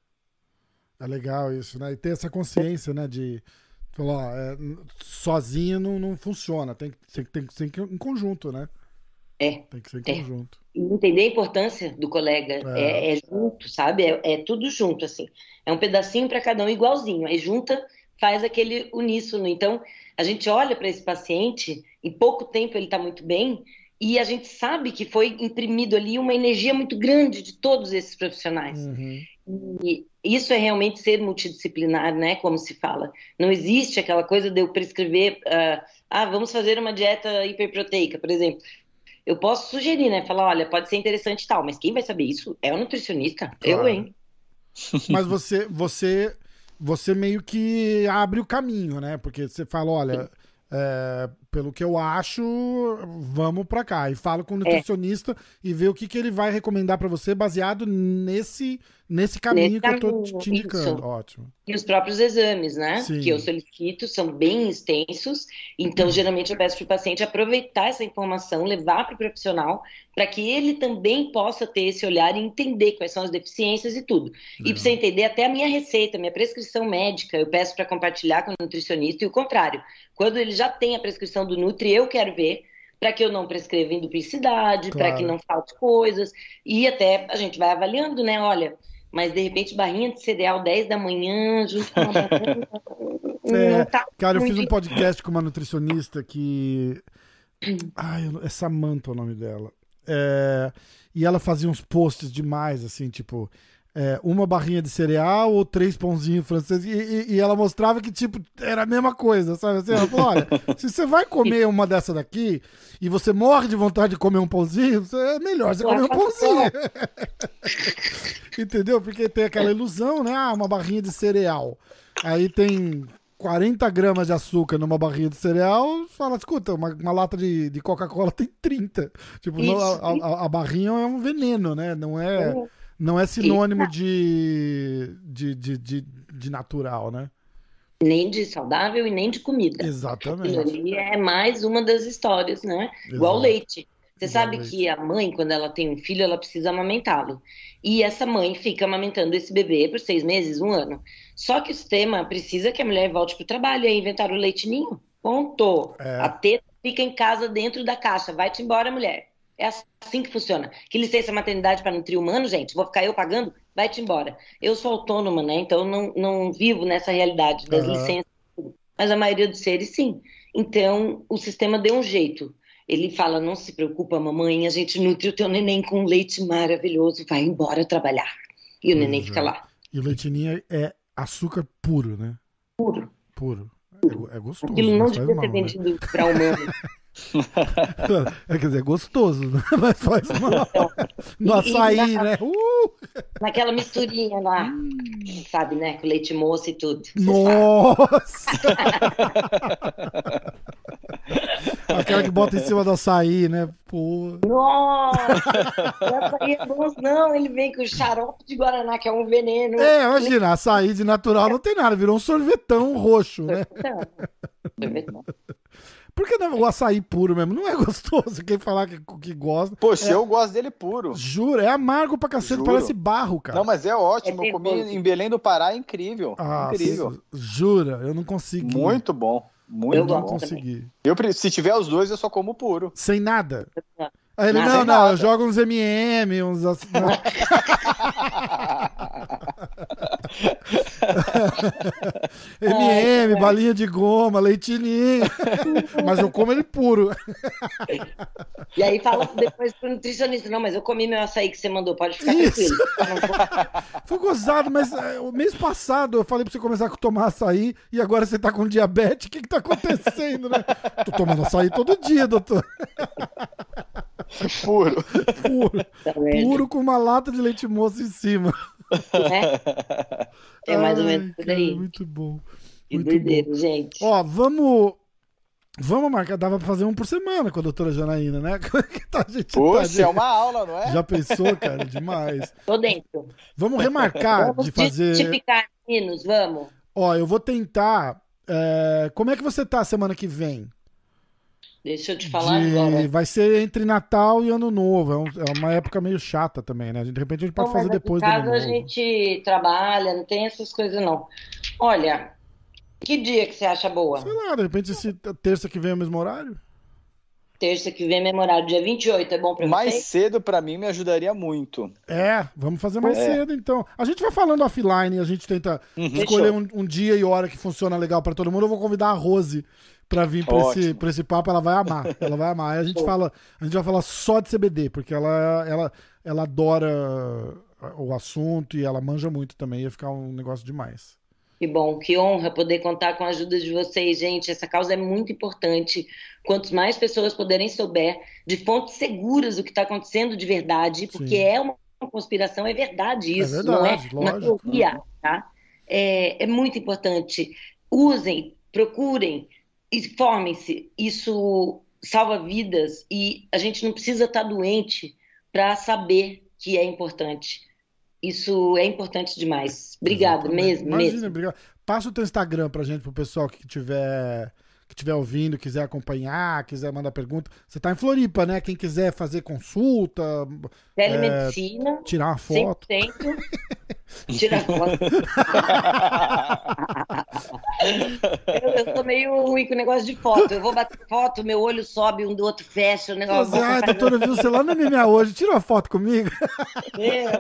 É legal isso, né? E ter essa consciência, né? De falar, ó, é, sozinho não, não funciona. Tem, que- tem, que- tem, que- tem que ir em conjunto, né? É. Tem que ser em É. conjunto. E entender a importância do colega É. é, é junto, sabe? É, é tudo junto, assim. É um pedacinho para cada um igualzinho. Aí junta, faz aquele uníssono. Então, a gente olha para esse paciente, em pouco tempo ele está muito bem, e a gente sabe que foi imprimido ali uma energia muito grande de todos esses profissionais. Uhum. E isso é realmente ser multidisciplinar, né? Como se fala. Não existe aquela coisa de eu prescrever, uh, ah, vamos fazer uma dieta hiperproteica, por exemplo. Eu posso sugerir, né? Falar, olha, pode ser interessante e tal, mas quem vai saber isso é o nutricionista. Claro. Eu, hein? Mas você, você, você meio que abre o caminho, né? Porque você fala, olha, é, pelo que eu acho, vamos pra cá. E fala com o nutricionista é. e vê o que, que ele vai recomendar pra você baseado nesse, nesse caminho nesse que caminho, eu tô te indicando. Isso. Ótimo. E os próprios exames, né? Sim. Que eu solicito são bem extensos. Então, uhum. geralmente, eu peço para o paciente aproveitar essa informação, levar para o profissional, para que ele também possa ter esse olhar e entender quais são as deficiências e tudo. Uhum. E para você entender até a minha receita, minha prescrição médica, eu peço para compartilhar com o nutricionista e o contrário. Quando ele já tem a prescrição do Nutri, eu quero ver, para que eu não prescreva em duplicidade, claro. Para que não falte coisas. E até a gente vai avaliando, né? Olha, mas de repente barrinha de cereal dez da manhã, junto com uma banana, é, não tá cara, eu muito... fiz um podcast com uma nutricionista que... Ai, é Samantha o nome dela. É... E ela fazia uns posts demais, assim, tipo... É, uma barrinha de cereal ou três pãozinhos franceses, e, e, e ela mostrava que, tipo, era a mesma coisa, sabe? Assim, ela falou, olha, se você vai comer uma dessa daqui e você morre de vontade de comer um pãozinho, é melhor você comer um pãozinho. Entendeu? Porque tem aquela ilusão, né? Ah, uma barrinha de cereal. Aí tem quarenta gramas de açúcar numa barrinha de cereal, fala, escuta, uma, uma lata de, de Coca-Cola tem trinta. Tipo, isso, a, a, a barrinha é um veneno, né? Não é... é. Não é sinônimo de, de, de, de, de natural, né? Nem de saudável e nem de comida. Exatamente. Aquilo ali é mais uma das histórias, né? Exato. Igual leite. Você Igual sabe leite. Que a mãe, quando ela tem um filho, ela precisa amamentá-lo. E essa mãe fica amamentando esse bebê por seis meses, um ano. Só que o sistema precisa que a mulher volte para o trabalho e inventar o leite ninho. Ponto. É. A teta fica em casa dentro da caixa. Vai-te embora, mulher. É assim que funciona. Que licença maternidade para nutrir humano, gente? Vou ficar eu pagando? Vai-te embora. Eu sou autônoma, né? Então eu não, não vivo nessa realidade das uhum. licenças. Mas a maioria dos seres, sim. Então o sistema deu um jeito. Ele fala, não se preocupa, mamãe, a gente nutre o teu neném com leite maravilhoso. Vai embora trabalhar. E o uhum. neném fica lá. E o leitinho é açúcar puro, né? Puro. Puro. É, é gostoso. Aquilo não devia ser vendido né? para humano. É, quer dizer, é gostoso, né? Mas faz mal. No açaí, na, né? Uh! Naquela misturinha lá, hum. sabe, né? Com leite moço e tudo. Nossa! Aquela que bota em cima do açaí, né? Pô. Nossa! O açaí é bom, não. Ele vem com xarope de Guaraná, que é um veneno. É, imagina, açaí de natural não tem nada, virou um sorvetão roxo, né? Sorvetão. Por que não, o açaí puro mesmo? Não é gostoso. Quem falar que, que gosta. Poxa, é, eu gosto dele puro. Juro, é amargo pra cacete, Juro. Parece barro, cara. Não, mas é ótimo. É eu comi em Belém do Pará, é incrível. Ah, incrível. Jura, eu não consegui. Muito bom. Muito eu bom. não consegui. Eu, se tiver os dois, eu só como puro. Sem nada? Aí ele, nada, não, não, nada. eu jogo uns M e M, uns... M e M, ai, balinha de goma, leitinho. Mas eu como ele puro. E aí fala depois pro nutricionista, não, mas eu comi meu açaí que você mandou, pode ficar Isso. tranquilo. Foi gozado, mas é, o mês passado eu falei pra você começar a tomar açaí e agora você tá com diabetes, o que que tá acontecendo, né? Tô tomando açaí todo dia, doutor. Puro. Puro. Tá puro com uma lata de leite moço em cima. É, é mais ou menos por aí. Muito bom. Que muito doideira, bom. gente. Ó, vamos... Vamos marcar, dava pra fazer um por semana com a doutora Janaína, né? Tá, gente, Poxa, tá, é uma aula, não é? Já pensou, cara? Demais. Tô dentro. Vamos remarcar vamos de fazer... Tipificar, meninos, vamos. Ó, eu vou tentar... É... Como é que você tá semana que vem? Deixa eu te falar de... agora. Vai ser entre Natal e Ano Novo. É, um... é uma época meio chata também, né? De repente a gente pode não, fazer depois do Ano Novo. Em casa a gente trabalha, não tem essas coisas não. Olha... Que dia que você acha boa? Sei lá, de repente se terça que vem é o mesmo horário? Terça que vem é o mesmo horário, dia vinte e oito, é bom pra mais vocês? Mais cedo pra mim me ajudaria muito. É, vamos fazer mais é. cedo então. A gente vai falando offline, a gente tenta uhum. escolher um, um dia e hora que funciona legal pra todo mundo. Eu vou convidar a Rose pra vir pra esse, pra esse papo, ela vai amar. Ela vai amar. Aí a gente fala, a gente vai falar só de C B D, porque ela, ela, ela adora... o assunto e ela manja muito também, ia ficar um negócio demais. Que bom, que honra poder contar com a ajuda de vocês, gente. Essa causa é muito importante. Quanto mais pessoas puderem souber de fontes seguras do que está acontecendo de verdade, porque Sim. é uma conspiração, é verdade isso, É não é verdade, uma lógico. teoria, tá? É, é muito importante. Usem, procurem, informem-se. Isso salva vidas e a gente não precisa estar doente para saber que é importante. Isso é importante demais. Obrigada, Exatamente. mesmo, Imagina, mesmo. obrigado. Passa o teu Instagram pra gente, pro pessoal que tiver, que tiver ouvindo, quiser acompanhar, quiser mandar pergunta. Você tá em Floripa, né? Quem quiser fazer consulta, Telemedicina, é, tirar uma cem por foto. cento. Tirar foto. eu, eu sou meio ruim com o negócio de foto. Eu vou bater foto, meu olho sobe, um do outro fecha. O negócio Você, ai, doutora, viu você lá no M M A hoje, tira uma foto comigo. É.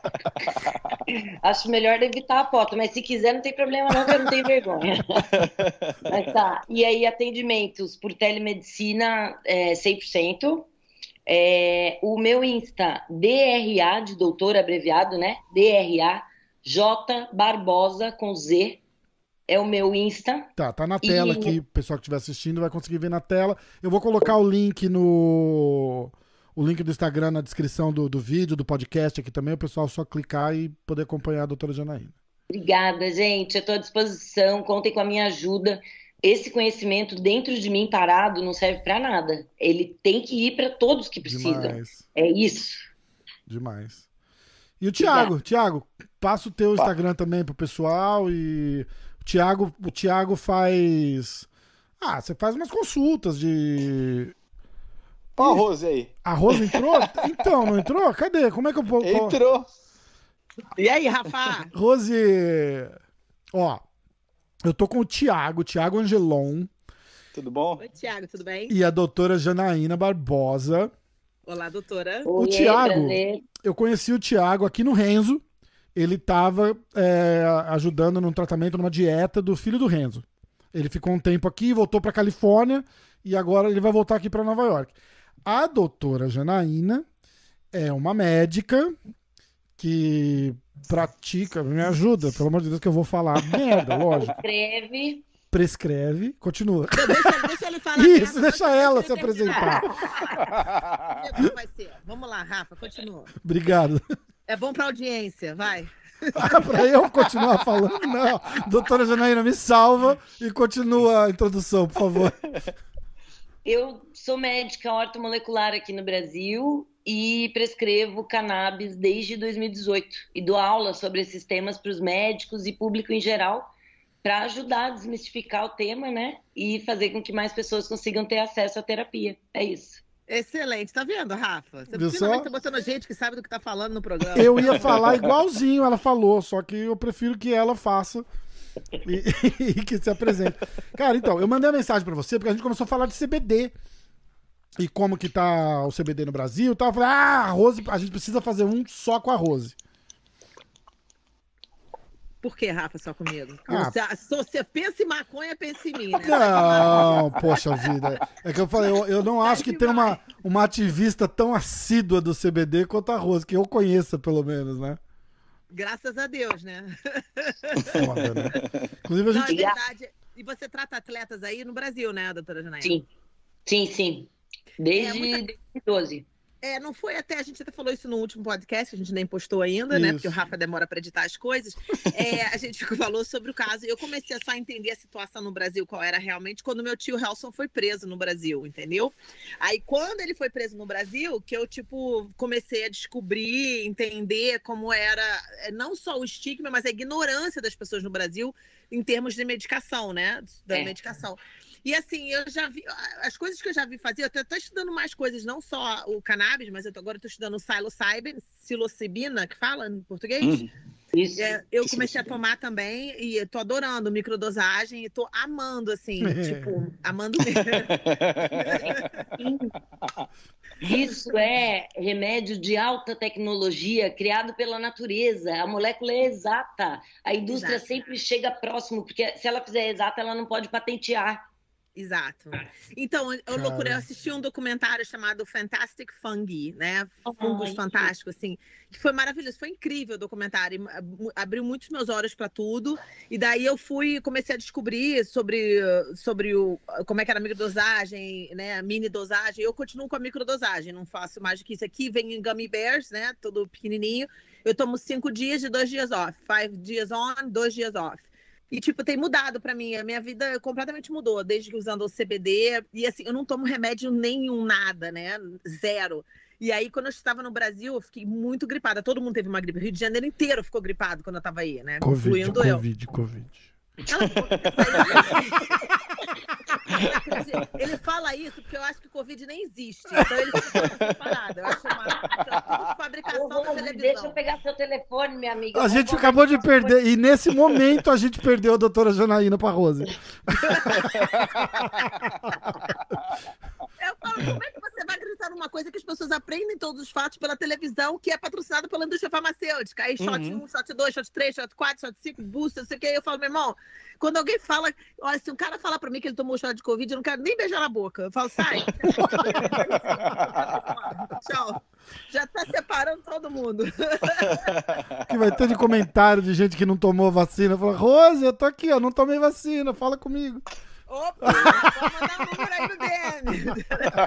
Acho melhor evitar a foto, mas se quiser não tem problema não, que eu não tenho vergonha. Mas tá, e aí atendimentos por telemedicina é, cem por cento. É, o meu Insta, D R A, de doutor abreviado, né? D R A, J Barbosa, com Z, é o meu Insta. Tá, tá na tela E- aqui, o pessoal que estiver assistindo vai conseguir ver na tela. Eu vou colocar o link no... O link do Instagram na descrição do, do vídeo, do podcast aqui também, o pessoal só clicar e poder acompanhar a doutora Janaína. Obrigada, gente. Eu estou à disposição. Contem com a minha ajuda. Esse conhecimento dentro de mim parado não serve para nada. Ele tem que ir para todos que precisam. Demais, É isso. demais. E o Thiago, Thiago, passa o teu Instagram também pro pessoal e o Thiago, o Thiago faz... Ah, você faz umas consultas de... Ó a Rose aí. A Rosa entrou? Então, não entrou? Cadê? Como é que eu... vou- Entrou. E aí, Rafa? Rose, ó, eu tô com o Thiago, Thiago Angelon Tudo bom? Oi, Tiago, tudo bem? e a doutora Janaína Barbosa. Olá, doutora. Oi, Thiago- prazer. Eu conheci o Thiago aqui no Renzo. Ele tava é, ajudando num tratamento, numa dieta do filho do Renzo. Ele ficou um tempo aqui, voltou pra Califórnia e agora ele vai voltar aqui pra Nova York. A doutora Janaína é uma médica que pratica, me ajuda, pelo amor de Deus, que eu vou falar merda, lógico. Escreve. Prescreve, continua. Deixa, deixa ele falar. Isso, Rafa, deixa ele ela se terminar. apresentar. Como vai ser? Vamos lá, Rafa, continua. Obrigado. É bom pra audiência, vai. Ah, pra eu continuar falando? Não. Doutora Janaína, me salva e continua a introdução, por favor. Eu sou médica ortomolecular aqui no Brasil e prescrevo cannabis desde dois mil e dezoito e dou aula sobre esses temas para os médicos e público em geral para ajudar a desmistificar o tema, né? E fazer com que mais pessoas consigam ter acesso à terapia. É isso. Excelente, tá vendo, Rafa? Você Viu finalmente só? tá botando gente que sabe do que tá falando no programa. Eu ia falar igualzinho ela falou, só que eu prefiro que ela faça e, e que se apresente. Cara, então, eu mandei uma mensagem pra você porque a gente começou a falar de C B D e como que tá o C B D no Brasil e tal. Eu falei, ah, a Rose, a gente precisa fazer um só com a Rose. Por que, Rafa, só comigo? Ah. Você, se você pensa em maconha, pensa em mim, né? Não, poxa vida. É que eu falei, eu, eu não acho que tem uma, uma ativista tão assídua do C B D quanto a Rose, que eu conheça, pelo menos, né? Graças a Deus, né? Foda, né? Inclusive, a Não, é gente. verdade. E você trata atletas aí no Brasil, né, doutora Janaína? Sim, sim, sim. Desde É, muita- dois mil e doze. É, não foi até, a gente até falou isso no último podcast, a gente nem postou ainda, né? Isso. Porque o Rafa demora para editar as coisas. É, a gente falou sobre o caso e eu comecei a só entender a situação no Brasil, qual era realmente, quando meu tio Helson foi preso no Brasil, entendeu? Aí, quando ele foi preso no Brasil, que eu, tipo, comecei a descobrir, entender como era, é, não só o estigma, mas a ignorância das pessoas no Brasil em termos de medicação, né? Da É. medicação. E assim, eu já vi, as coisas que eu já vi fazer, eu tô, tô estudando mais coisas, não só o cannabis, mas eu tô, agora eu tô estudando psilocybin, psilocibina, que fala em português. Uhum. Isso. É, eu comecei a tomar também e eu tô adorando microdosagem e tô amando, assim, tipo, amando mesmo. Isso é remédio de alta tecnologia criado pela natureza. A molécula é exata. A indústria Exato. sempre chega próximo, porque se ela fizer exata, ela não pode patentear. Exato. Então, eu loucura, eu assisti um documentário chamado Fantastic Fungi, né? Fungos Ai, Fantásticos, assim, que foi maravilhoso, foi incrível o documentário, abriu muitos meus olhos para tudo, e daí eu fui, comecei a descobrir sobre, sobre o, como é que era a microdosagem, né, a mini dosagem. Eu continuo com a microdosagem, não faço mais do que isso aqui, vem em gummy bears, né, todo pequenininho, eu tomo cinco dias e dois dias off, five dias on, dois dias off. E, tipo, tem mudado pra mim. A minha vida completamente mudou, desde que usando o C B D. E, assim, eu não tomo remédio nenhum, nada, né? Zero. E aí, quando eu estava no Brasil, eu fiquei muito gripada. Todo mundo teve uma gripe. O Rio de Janeiro inteiro ficou gripado quando eu tava aí, né? Covid, Incluindo eu. Covid, Covid. Cala a boca. Ele fala isso porque eu acho que Covid nem existe. Então ele fica parado. Eu acho uma tudo fabricação Ô, da Rose, televisão. deixa eu pegar seu telefone, minha amiga. A gente acabou de perder, e nesse momento a gente perdeu a doutora Janaína pra Rose. Eu falo, como é que você vai acreditar numa coisa que as pessoas aprendem todos os fatos pela televisão, que é patrocinada pela indústria farmacêutica? Aí shot Uhum. um, shot dois, shot três, shot quatro, shot cinco, booster, não sei o que. Eu falo, meu irmão, quando alguém fala, olha, se um cara falar pra mim que ele tomou shot de Covid, eu não quero nem beijar na boca. Eu falo, sai. Tchau. Já tá separando todo mundo. Que vai ter de comentário de gente que não tomou vacina. Fala, Rose, eu tô aqui, ó, não tomei vacina, fala comigo. Opa, vou mandar um número aí no D M.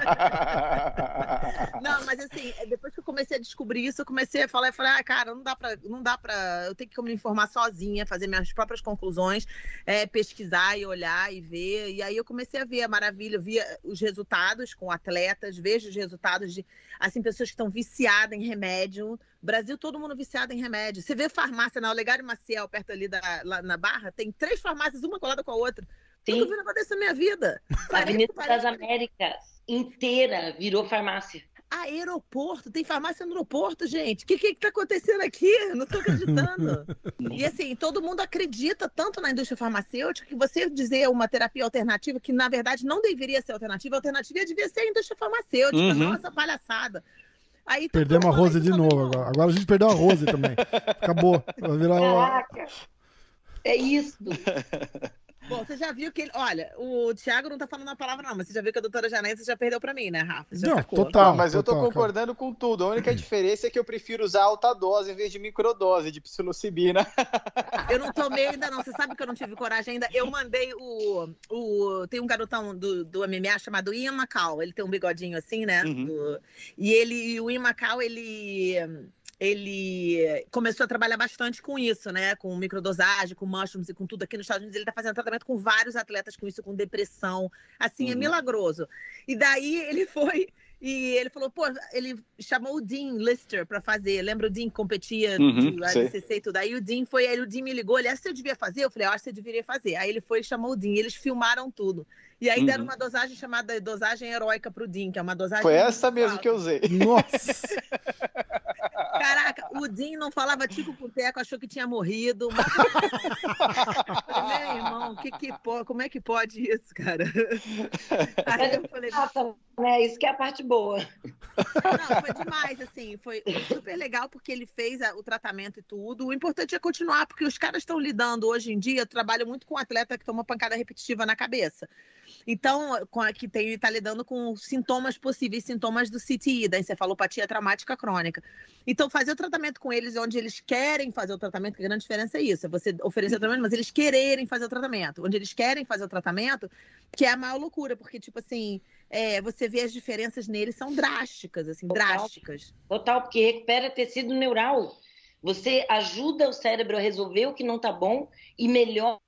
Não, mas assim, depois que eu comecei a descobrir isso, eu comecei a falar, eu falei, ah, cara, não dá pra, não dá pra, eu tenho que me informar sozinha, fazer minhas próprias conclusões, é, pesquisar e olhar e ver, e aí eu comecei a ver a maravilha, eu via os resultados com atletas, vejo os resultados de, assim, pessoas que estão viciadas em remédio, Brasil, todo mundo viciado em remédio, você vê farmácia na Olegário Maciel, perto ali da, lá na Barra, tem três farmácias, uma colada com a outra. Sim. Tudo vendo acontecer na minha vida. A Avenida das Américas inteira virou farmácia. Aeroporto, tem farmácia no aeroporto, gente. O que que tá acontecendo aqui? Eu não tô acreditando. E assim, todo mundo acredita tanto na indústria farmacêutica que você dizer uma terapia alternativa, que na verdade não deveria ser alternativa, a alternativa devia ser a indústria farmacêutica. Uhum. Nossa, palhaçada. Aí, Perdemos a Rose de novo agora. Agora a gente perdeu a Rose também. Acabou. Vai virar uma... Caraca! É isso. Bom, você já viu que ele... Olha, o Thiago não tá falando a palavra não, mas você já viu que a doutora Janaína já perdeu pra mim, né, Rafa? Você já Não, sacou. total. Não, mas eu tô total, concordando com tudo. A única diferença é que eu prefiro usar alta dose em vez de microdose de psilocibina. Eu não tomei ainda não, você sabe que eu não tive coragem ainda. Eu mandei o... o tem um garotão do, do M M A chamado Ian Macau, ele tem um bigodinho assim, né? Uhum. Do, e ele, o Ian Macau, ele... ele começou a trabalhar bastante com isso, né? Com microdosagem, com mushrooms e com tudo aqui nos Estados Unidos. Ele tá fazendo tratamento com vários atletas com isso, com depressão. Assim, Uhum. é milagroso. E daí ele foi... E ele falou, pô, ele chamou o Dean Lister pra fazer. Lembra o Dean que competia Uhum, de A D C C e tudo? Aí o Dean foi, aí o Dean me ligou, ele, acha que você devia fazer? Eu falei, eu acho que você deveria fazer. Aí ele foi e chamou o Dean, e eles filmaram tudo. E aí Uhum. deram uma dosagem chamada dosagem heróica pro Dean, que é uma dosagem... Foi muito essa mesmo alta. que eu usei. Nossa! Caraca, o Dean não falava tico por teco, achou que tinha morrido. Mas... Meu irmão, que que po... como é que pode isso, cara? Aí eu falei... É isso que é a parte boa. Não, foi demais, assim, foi super legal porque ele fez a, o tratamento e tudo. O importante é continuar, porque os caras estão lidando hoje em dia, eu trabalho muito com um atleta que toma pancada repetitiva na cabeça. Então, com a, que tem, está lidando com sintomas possíveis, sintomas do C T I, da encefalopatia traumática crônica. Então, fazer o tratamento com eles, onde eles querem fazer o tratamento, que a grande diferença é isso, é você oferecer o tratamento, mas eles quererem fazer o tratamento. Onde eles querem fazer o tratamento, que é a maior loucura, porque, tipo assim, é, você vê as diferenças neles são drásticas, assim, Total. drásticas. Total, porque recupera tecido neural. Você ajuda o cérebro a resolver o que não tá bom e melhora.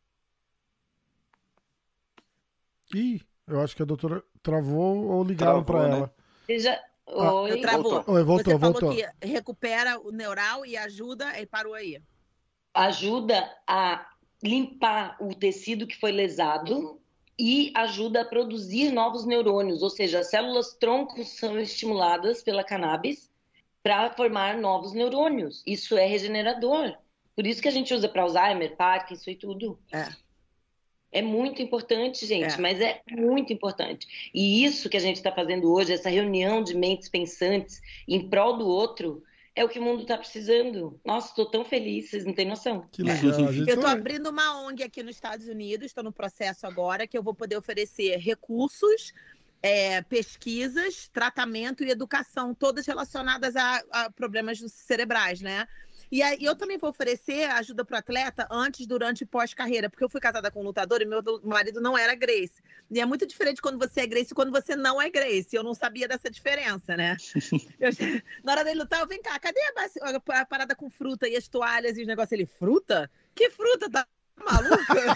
Ih, eu acho que a doutora travou ou ligaram Travou, pra né? ela. Seja... Ah, Oi. Eu travou. Voltou. Oi, voltou, Você falou voltou. que recupera o neural e ajuda, e parou aí. Ajuda a limpar o tecido que foi lesado e ajuda a produzir novos neurônios, ou seja, as células troncos são estimuladas pela cannabis para formar novos neurônios. Isso é regenerador. Por isso que a gente usa para Alzheimer, Parkinson e tudo. É. É muito importante, gente, É. mas é muito importante. E isso que a gente está fazendo hoje, essa reunião de mentes pensantes em prol do outro, é o que o mundo está precisando. Nossa, estou tão feliz, vocês não têm noção. Que legal. A gente Eu estou vai- abrindo uma O N G aqui nos Estados Unidos, estou no processo agora, que eu vou poder oferecer recursos, é, pesquisas, tratamento e educação, todas relacionadas a, a problemas cerebrais, né? E aí eu também vou oferecer ajuda para o atleta antes, durante e pós-carreira, porque eu fui casada com um lutador e meu marido não era Gracie. E é muito diferente quando você é Gracie e quando você não é Gracie. Eu não sabia dessa diferença, né? Eu, na hora dele lutar, eu vem cá, cadê a, a parada com fruta e as toalhas e os negócios? Ele, fruta? Que fruta? Tá maluca?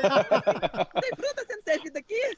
Tem fruta sendo servida aqui?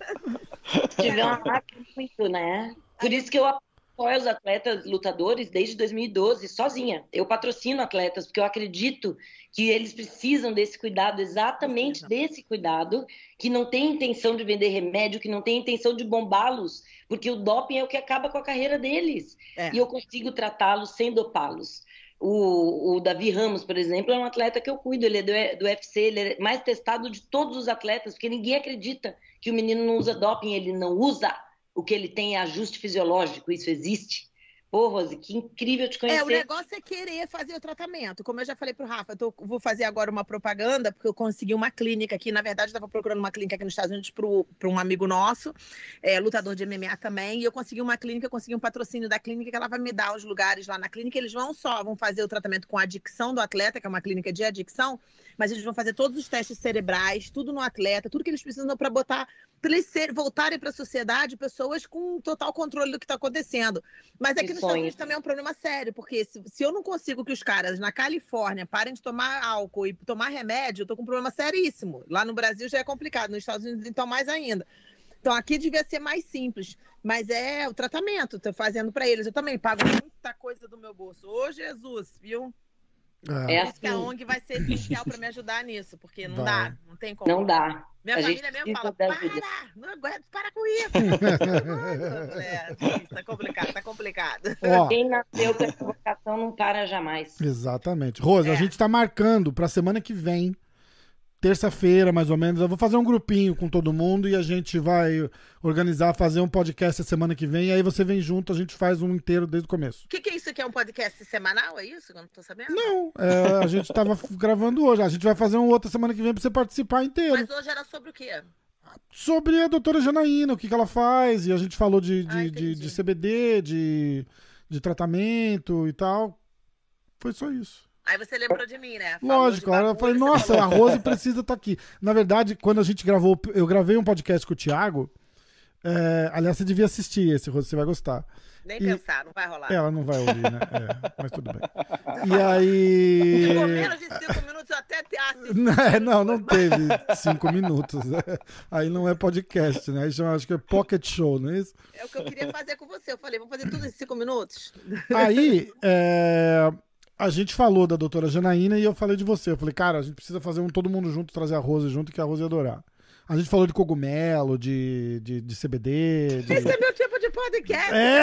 Se tiver uma máquina, muito, né? Por isso que eu apoio os atletas lutadores desde dois mil e doze, sozinha. Eu patrocino atletas, porque eu acredito que eles precisam desse cuidado, exatamente desse cuidado, que não tem intenção de vender remédio, que não tem intenção de bombá-los, porque o doping é o que acaba com a carreira deles. É. E eu consigo tratá-los sem dopá-los. O, o Davi Ramos, por exemplo, é um atleta que eu cuido, ele é do, do U F C, ele é mais testado de todos os atletas, porque ninguém acredita que o menino não usa doping, ele não usa. O que ele tem é ajuste fisiológico, isso existe. Pô, Rose, que incrível te conhecer. É, o negócio é querer fazer o tratamento. Como eu já falei pro Rafa, eu tô, vou fazer agora uma propaganda, porque eu consegui uma clínica aqui. Na verdade, eu estava procurando uma clínica aqui nos Estados Unidos para um amigo nosso, é, lutador de M M A também, e eu consegui uma clínica, eu consegui um patrocínio da clínica, que ela vai me dar os lugares lá na clínica. Eles vão só, vão fazer o tratamento com a adicção do atleta, que é uma clínica de adicção, mas eles vão fazer todos os testes cerebrais, tudo no atleta, tudo que eles precisam para botar, para eles ser, voltarem para a sociedade pessoas com total controle do que está acontecendo. Mas aqui Que nos sonho. Estados Unidos também é um problema sério, porque se, se eu não consigo que os caras na Califórnia parem de tomar álcool e tomar remédio, eu tô com um problema seríssimo. Lá no Brasil já é complicado, nos Estados Unidos então mais ainda. Então aqui devia ser mais simples, mas é o tratamento, tô fazendo para eles. Eu também pago muita coisa do meu bolso. Ô Jesus, viu? É. É Por isso que a assim, O N G vai ser essencial para me ajudar nisso, porque não Vai. dá, não tem como. não dá. Minha A família gente mesmo precisa fala, da para, ajuda. não aguento, para com isso. É, tá complicado, tá complicado. Ó, Quem nasceu com essa vocação não para jamais. exatamente. Rose, a É. gente tá marcando pra semana que vem, terça-feira, mais ou menos. Eu vou fazer um grupinho com todo mundo e a gente vai organizar, fazer um podcast a semana que vem. E aí você vem junto, a gente faz um inteiro desde o começo. O que, que é isso aqui? É um podcast semanal? É isso? Eu não tô sabendo. Não, é, a gente tava gravando hoje. A gente vai fazer um outro semana que vem pra você participar inteiro. Mas hoje era sobre o quê? Sobre a doutora Janaína, o que, que ela faz. E a gente falou de, de, Ah, de, entendi. de C B D, de, de tratamento e tal. Foi só isso. Aí você lembrou de mim, né? Falou Lógico, de aí eu bagulho, falei, você nossa, falou. a Rose precisa estar aqui. Na verdade, quando a gente gravou, eu gravei um podcast com o Thiago. É, aliás, você devia assistir esse, Rose, você vai gostar. Nem E- pensar, não vai rolar. Ela não vai ouvir, né? É, mas tudo bem. E aí. Ficou menos de cinco minutos eu até te assisti. Não, não, não teve cinco minutos. né? Aí não é podcast, né? Aí chama, acho que é Pocket Show, não é isso? É o que eu queria fazer com você. Eu falei, vamos fazer tudo em cinco minutos? Aí, é, a gente falou da doutora Janaína e eu falei de você. Eu falei, cara, a gente precisa fazer um todo mundo junto, trazer a Rose junto, que a Rose ia adorar. A gente falou de cogumelo, de, de, de C B D. De... Esse é meu tipo de podcast. É.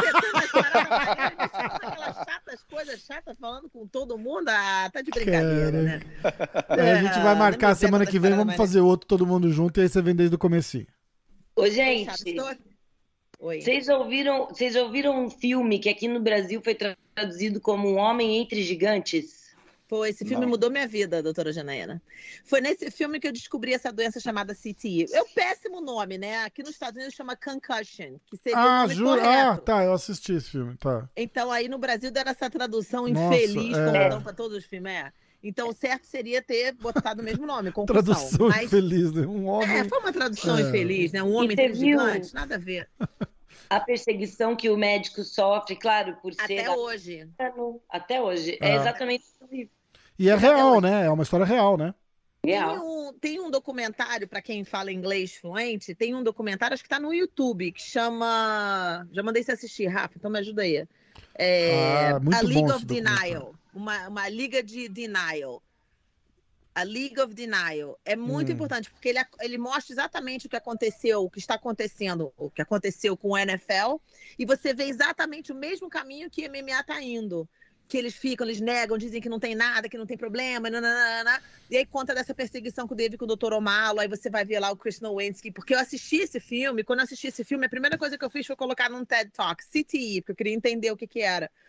Aquelas chatas, coisas chatas, falando com todo mundo. Ah, tá de brincadeira, Cara. né? Aí a gente vai Ah, marcar não a me semana pega que das vem, paradas vamos fazer outro todo mundo junto e aí você vem desde o comecinho. Ô, mais gente, chatas. Estou- Oi. vocês ouviram, vocês ouviram um filme que aqui no Brasil foi traduzido como Um Homem Entre Gigantes? Foi, esse filme Não. mudou minha vida, doutora Janaína. Foi nesse filme que eu descobri essa doença chamada C T E. É um péssimo nome, né? Aqui nos Estados Unidos chama concussion, que seria o Ah, nome juro? correto. Ah, tá, eu assisti esse filme, tá. Então aí no Brasil deram essa tradução Nossa, infeliz, é. como dão para todos os filmes. É. Então o certo seria ter botado o mesmo nome, confusão. Tradução Mas, infeliz, né? Um homem... é, foi uma tradução É. infeliz, né? Um homem E você entre viu? gigantes, nada a ver. A perseguição que o médico sofre, claro, por ser Até hoje. africano, até hoje. Ah. É exatamente isso. E é real, né? É uma história real, né? Tem Real. um, tem um documentário, para quem fala inglês fluente, tem um documentário, acho que tá no YouTube, que chama. Já mandei você assistir, Rafa, então me ajuda aí. É, Ah, muito A bom League esse of documentário. Denial. Uma, uma liga de denial. A League of Denial. É muito Hum. importante, porque ele, ele mostra exatamente o que aconteceu, o que está acontecendo, o que aconteceu com o N F L, e você vê exatamente o mesmo caminho que o M M A está indo. Que eles ficam, eles negam, dizem que não tem nada, que não tem problema, nananana. E aí conta dessa perseguição que teve com o doutor Omalo, aí você vai ver lá o Chris Nowinski, porque eu assisti esse filme, quando eu assisti esse filme, a primeira coisa que eu fiz foi colocar num TED Talk, C T E, porque eu queria entender o que que era.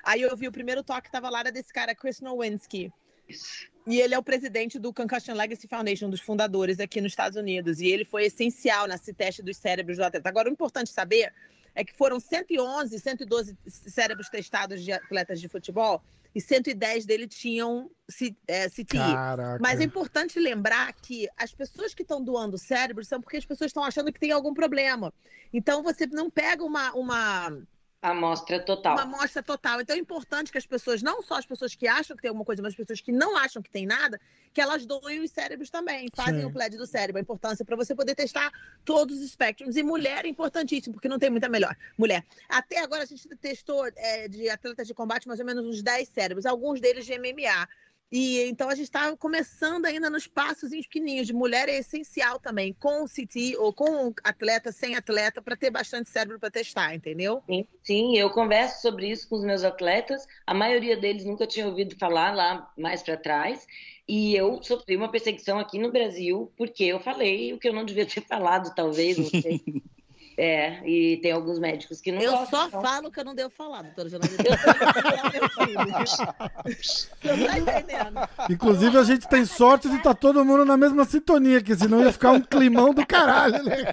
Aí eu vi o primeiro toque que tava lá, era desse cara, Chris Nowinski. E ele é o presidente do Concussion Legacy Foundation, um dos fundadores aqui nos Estados Unidos. E ele foi essencial nesse teste dos cérebros do atleta. Agora, o importante saber é que foram cento e onze, cento e doze cérebros testados de atletas de futebol e cento e dez deles tinham C T I. Caraca. Mas é importante lembrar que as pessoas que estão doando cérebros são porque as pessoas estão achando que tem algum problema. Então, você não pega uma... uma amostra total. Uma amostra total. Então é importante que as pessoas, não só as pessoas que acham que tem alguma coisa, mas as pessoas que não acham que tem nada, que elas doem os cérebros também, fazem Sim. o pledge do cérebro, a importância para você poder testar todos os espectros. E mulher é importantíssimo, porque não tem muita melhor mulher. Até agora a gente testou é, de atletas de combate mais ou menos uns dez cérebros, alguns deles de M M A. E então a gente está começando ainda nos passos pequenininhos. De mulher é essencial também, com C T ou com atleta, sem atleta, para ter bastante cérebro para testar, entendeu? Sim, sim, eu converso sobre isso com os meus atletas. A maioria deles nunca tinha ouvido falar lá mais para trás. E eu sofri uma perseguição aqui no Brasil porque eu falei o que eu não devia ter falado, talvez, não sei. É, e tem alguns médicos que não Eu gostam, só então. falo que eu não devo falar, doutora Janaína. Eu tô entendendo. Inclusive, a gente tem sorte de estar todo mundo na mesma sintonia, que senão ia ficar um climão do caralho, né?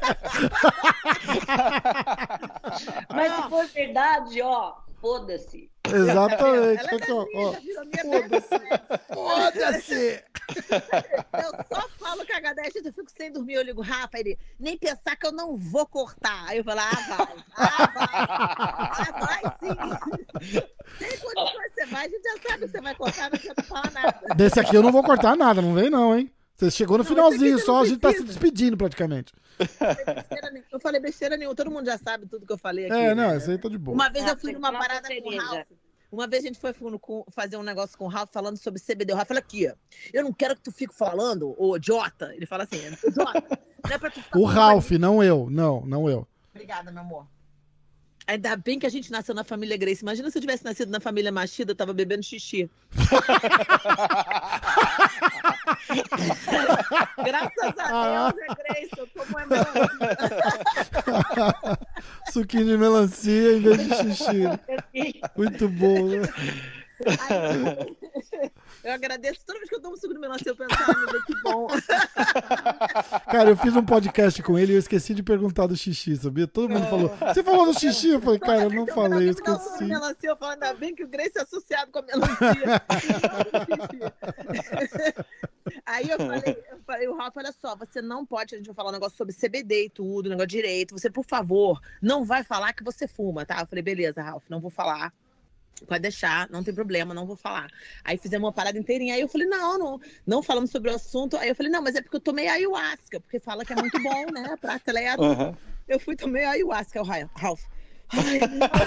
Mas se for verdade, ó, foda-se. Exatamente. Ela é Aqui, ó, ó. minha, virou minha Foda-se! Eu só falo que a H dez, eu fico sem dormir, eu ligo, Rafa, ele nem pensar que eu não vou cortar. Aí eu falo, ah, vai, ah, vai, ah, vai sim. Tem condições, você vai, a gente já sabe que você vai cortar, não adianta falar nada. Desse aqui eu não vou cortar nada, não vem não, hein? Você chegou no Não, finalzinho esse aqui você só, não a gente tá se precisa. despedindo praticamente. Eu falei besteira nenhuma, todo mundo já sabe tudo que eu falei aqui. É, não, né? isso aí tá de boa. Uma vez eu Ah, fui tem numa que parada tomar com o cereja. Ralph. Uma vez a gente foi com- fazer um negócio com o Ralph falando sobre C B D. O Ralph falou aqui, ó. Eu não quero que tu fique falando, ô idiota. Ele fala assim, idiota. Não é pra tu ficar O falando Ralph, não eu, não, não eu. Obrigada, meu amor. Ainda bem que a gente nasceu na família Grace. Imagina se eu tivesse nascido na família Machida, eu tava bebendo xixi. Graças a Deus, é Grace, eu tô moendo. Suquinho de melancia em vez de xixi. Muito bom, né? Eu agradeço toda vez que eu tomo suco de melancia, eu penso, ai, meu Deus, que bom. Cara, eu fiz um podcast com ele e eu esqueci de perguntar do xixi, sabia? Todo mundo falou, você falou do xixi? Eu falei, cara, eu não falei, eu Toda vez que eu tomo suco de esqueci. melancia, eu falo, ainda bem que o Grace é associado com a melancia. Aí eu falei, eu falei, o Ralph, olha só, você não pode, a gente vai falar um negócio sobre C B D e tudo, negócio de direito, você, por favor, não vai falar que você fuma, tá? Eu falei, beleza, Ralph, não vou falar. Pode deixar, não tem problema, não vou falar. Aí fizemos uma parada inteirinha. Aí eu falei, não, não, não falamos sobre o assunto. Aí eu falei, não, mas é porque eu tomei ayahuasca, porque fala que é muito bom, né, pra atleta. Uhum. Eu fui tomei ayahuasca, o Ralph. Ai,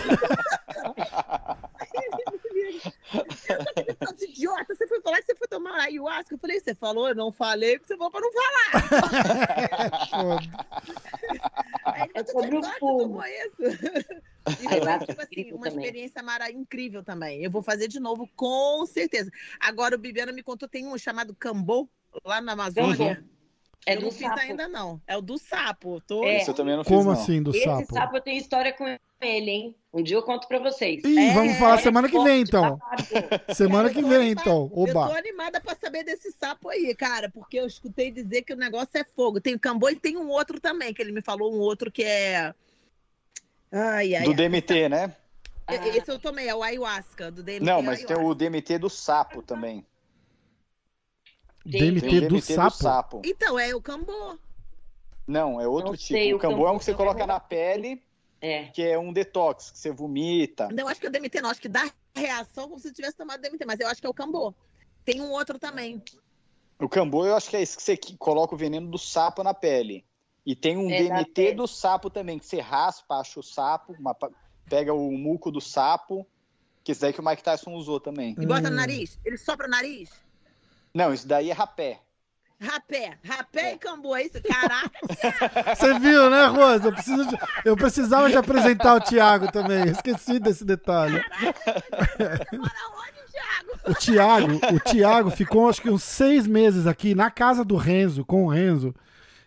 não. Idiota, você foi falar que você foi tomar ayahuasca? Eu falei, você falou, eu não falei, porque você falou pra não falar. Foda. Aí ele É falou, sobre o "Você fumo." tomou isso? E foi, Ayahuasca tipo é assim, incrível uma também. experiência mara incrível também. Eu vou fazer de novo, com certeza. Agora, o Bibiana me contou, tem um chamado Cambô, lá na Amazônia. É eu do não fiz sapo. ainda, não. É o do sapo. Tô... É. Isso eu também não fiz, Como não. assim, do Esse sapo? sapo eu tenho história com ele, hein? Um dia eu conto pra vocês. Ih, É, vamos falar Olha semana que forte, vem, então. babado. Semana Eu que tô vem, animada- então. Eu tô Oba. animada pra saber desse sapo aí, cara, porque eu escutei dizer que o negócio é fogo. Tem o Cambô e tem um outro também, que ele me falou, um outro que é... Ai, ai, Do ai. D M T, né? Ah, Esse eu tomei, é o ayahuasca, do D M T. Não, é mas tem ayahuasca. o D M T do sapo também. D M Tem o T D do M T sapo? do sapo. Então, é o Cambô. Não, é outro Não tipo. sei, o o cambô é cambô um que você eu coloca vou- na pele, É. que é um detox, que você vomita. Não, acho que é o D M T, não. Acho que dá reação como se tivesse tomado D M T, mas eu acho que é o Cambô. Tem um outro também. O cambô, eu acho que é esse que você que- coloca o veneno do sapo na pele. E tem um É, na D M T pele. do sapo também, que você raspa, acha o sapo, uma pa- pega o muco do sapo, que esse daí que o Mike Tyson usou também. E bota Hum. no nariz. Ele sopra o nariz. Não, isso daí é rapé. Rapé. Rapé e Cambô, é isso? Caraca, Você viu, né, Rosa? Eu, preciso de- eu precisava de apresentar o Thiago também. Eu esqueci desse detalhe. você mora onde, Thiago? O Thiago, o Thiago ficou acho que uns seis meses aqui na casa do Renzo, com o Renzo.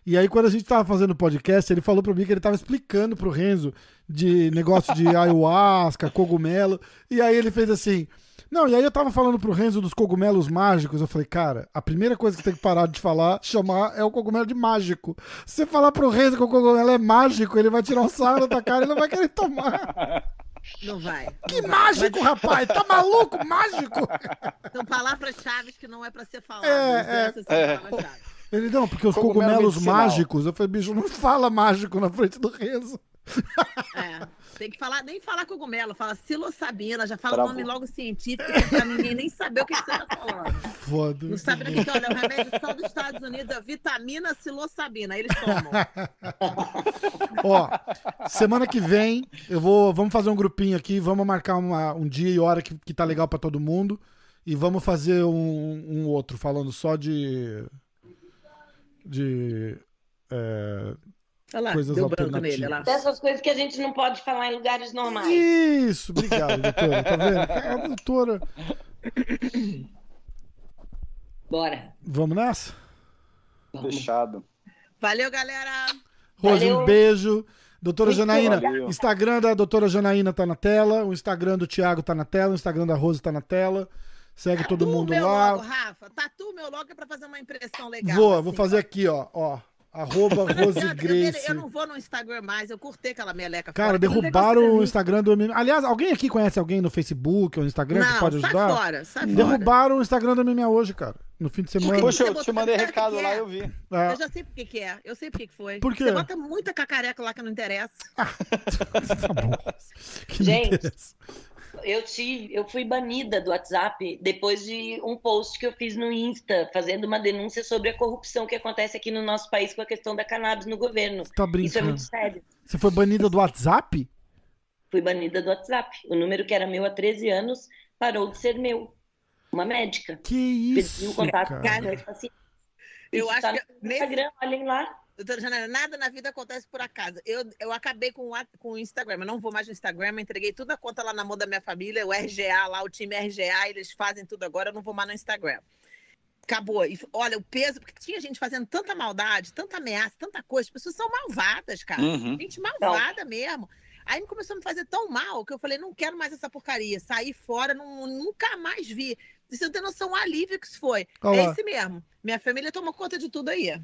E aí, quando a gente tava fazendo o podcast, ele falou pra mim que ele tava explicando pro Renzo de negócio de ayahuasca, cogumelo. E aí ele fez assim... Não, e aí eu tava falando pro Renzo dos cogumelos mágicos. Eu falei, cara, a primeira coisa que tem que parar de falar, chamar, é o cogumelo de mágico. Se você falar pro Renzo que o cogumelo é mágico, ele vai tirar um sarro da tua cara e não vai querer tomar. Não vai. Que não mágico, vai. rapaz! Tá maluco? Mágico? São palavras-chave que não é pra ser faladas. É, Essas são é. palavras-chave. Ele, não, porque os Cogumelo cogumelos medicinal. mágicos... Eu falei, bicho, não fala mágico na frente do Renzo. É. Tem que falar, nem falar cogumelo, fala psilocibina, já fala o Travou. nome logo científico, pra ninguém nem saber o que, que você tá falando. Foda. Não sabe nem que, olha, o remédio só dos Estados Unidos é vitamina psilocibina, aí eles tomam. Ó, semana que vem, eu vou, vamos fazer um grupinho aqui, vamos marcar uma- um dia e hora que, que tá legal pra todo mundo. E vamos fazer um, um outro falando só de. De. é, Olha lá, Coisas deu branco alternativas. nele, olha lá. Dessas coisas que a gente não pode falar em lugares normais. Isso, obrigado, doutora. Tá vendo? Cara, doutora. Bora. Vamos nessa? Fechado. Valeu, galera! Rose, Valeu. um beijo. Doutora Muito Janaína, valeu. Instagram da doutora Janaína tá na tela, o Instagram do Thiago tá na tela, o Instagram da Rose tá na tela. Segue todo Tatu mundo meu lá. logo, Rafa. Tatu meu logo é pra fazer uma impressão legal. Vou, assim, vou fazer ó. aqui, ó. ó arroba Rose Eu, eu, Grace. eu não vou no Instagram mais, eu curtei aquela meleca. Cara, fora. Aquele derrubaram negócio o pra Instagram do M M A. Aliás, alguém aqui conhece alguém no Facebook ou no Instagram mim- que Não, pode sai ajudar? fora, sai fora. Derrubaram o Instagram do M M A hoje, cara. No fim de semana. Poxa, eu Você te botou- mandei sabe o recado que lá, é? eu vi. Ah, Eu já sei por que que é, eu sei por que que foi. Por quê? Você bota muita cacareca lá que não interessa. tá bom. Que me Gente. interessa. Eu tive, eu fui banida do WhatsApp depois de um post que eu fiz no Insta, fazendo uma denúncia sobre a corrupção que acontece aqui no nosso país com a questão da cannabis no governo. Você tá Isso é brincando. muito sério. Você foi banida do WhatsApp? Fui banida do WhatsApp. O número que era meu há treze anos parou de ser meu. Uma médica. Que Pediu isso, um contato com cara. esse paciente. Eu Isso acho tá que no nesse- Instagram, olhem lá. Doutora Janaína, nada na vida acontece por acaso. Eu, eu acabei com o, at- com o Instagram, eu não vou mais no Instagram, eu entreguei tudo a conta lá na mão da minha família, o R G A lá, o time R G A, eles fazem tudo agora, eu não vou mais no Instagram. Acabou. E olha, o peso, porque tinha gente fazendo tanta maldade, tanta ameaça, tanta coisa, as pessoas são malvadas, cara. Uhum. Gente malvada mesmo. Aí me começou a me fazer tão mal que eu falei, não quero mais essa porcaria. Saí fora, não, nunca mais vi. Você não tem noção o alívio que isso foi. Olha É lá. esse mesmo. Minha família tomou conta de tudo aí.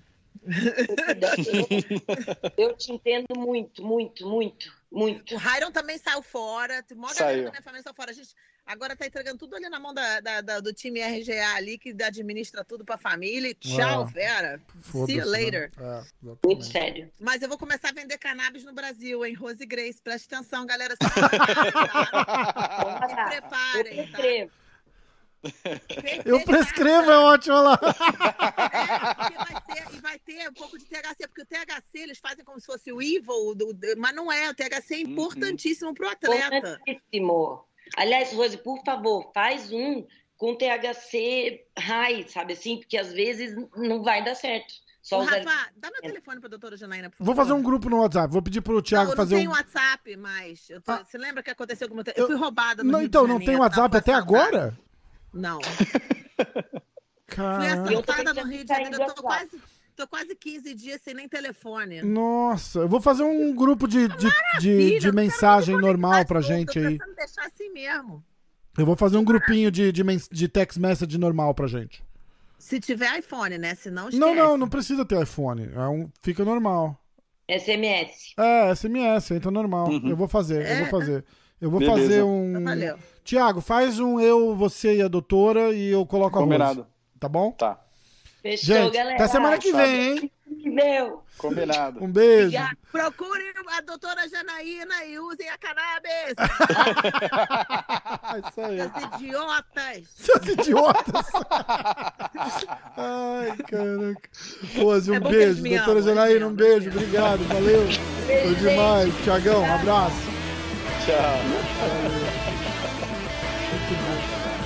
Eu, eu te entendo muito, muito, muito, muito. O Rairon também saiu fora. A maior Saiu. galera da minha família saiu fora. A gente agora tá entregando tudo ali na mão da, da- da- do time R G A ali, que administra tudo pra família. E tchau, Ah, Vera. Foda-se, See you né? later. É, Muito exatamente. sério. Mas eu vou começar a vender cannabis no Brasil, hein? Rose Grace. Preste atenção, galera. Se preparem, Vamos Se lá. Eu preparem, tá? prescrevo. Eu prescrevo, é ótimo, olha lá. É, porque vai ter, e vai ter um pouco de T H C, porque o T H C eles fazem como se fosse o evil, do- do- mas não é. O T H C é importantíssimo pro atleta. Importantíssimo. Aliás, Rose, por favor, faz um com T H C high, sabe assim? Porque às vezes não vai dar certo. Só Ô, usar... Rafa, dá meu telefone pra doutora Janaína, por favor. Vou fazer um grupo no WhatsApp. Vou pedir pro Thiago não, eu fazer não tenho um. WhatsApp, mas eu tô- Ah. você lembra o que aconteceu com o meu te- Eu- Eu fui roubada no Não, Rio então, de não Janeiro, tem WhatsApp tá? até Fui assaltada. agora? Não. Fui Cara... Eu assaltada também no Rio de já Janeiro. saí Eu tô do WhatsApp. quase, tô quase quinze dias sem nem telefone. Nossa, eu vou fazer um grupo de, de, de, Filha, de eu quero mensagem me normal conectar pra de novo, gente tô aí. pensando em deixar assim mesmo. Eu vou fazer um grupinho de, de, mens- de text message normal pra gente. Se tiver iPhone, né? Se não, esquece. Não, não, não precisa ter iPhone. É um, fica normal. S M S. É, S M S, entra normal. Uhum. Eu vou fazer, eu É. vou fazer. Eu vou Beleza. fazer Então, um. valeu. Tiago, faz um eu, você e a doutora e eu coloco a Rose. Combinado. Tá bom? Tá. Fechou, Gente, galera. até semana que vem, hein? Deu. Combinado. Um beijo. Obrigada. Procurem a doutora Janaína e usem a cannabis. É isso aí. Seus idiotas. Seus idiotas. Ai, caraca. Rose, um É bom que eles beijo. me Doutora amam, Janaína, eles um me beijo. amam. Obrigado, valeu. Foi demais. Tiagão, um abraço. Tchau. Muito bom.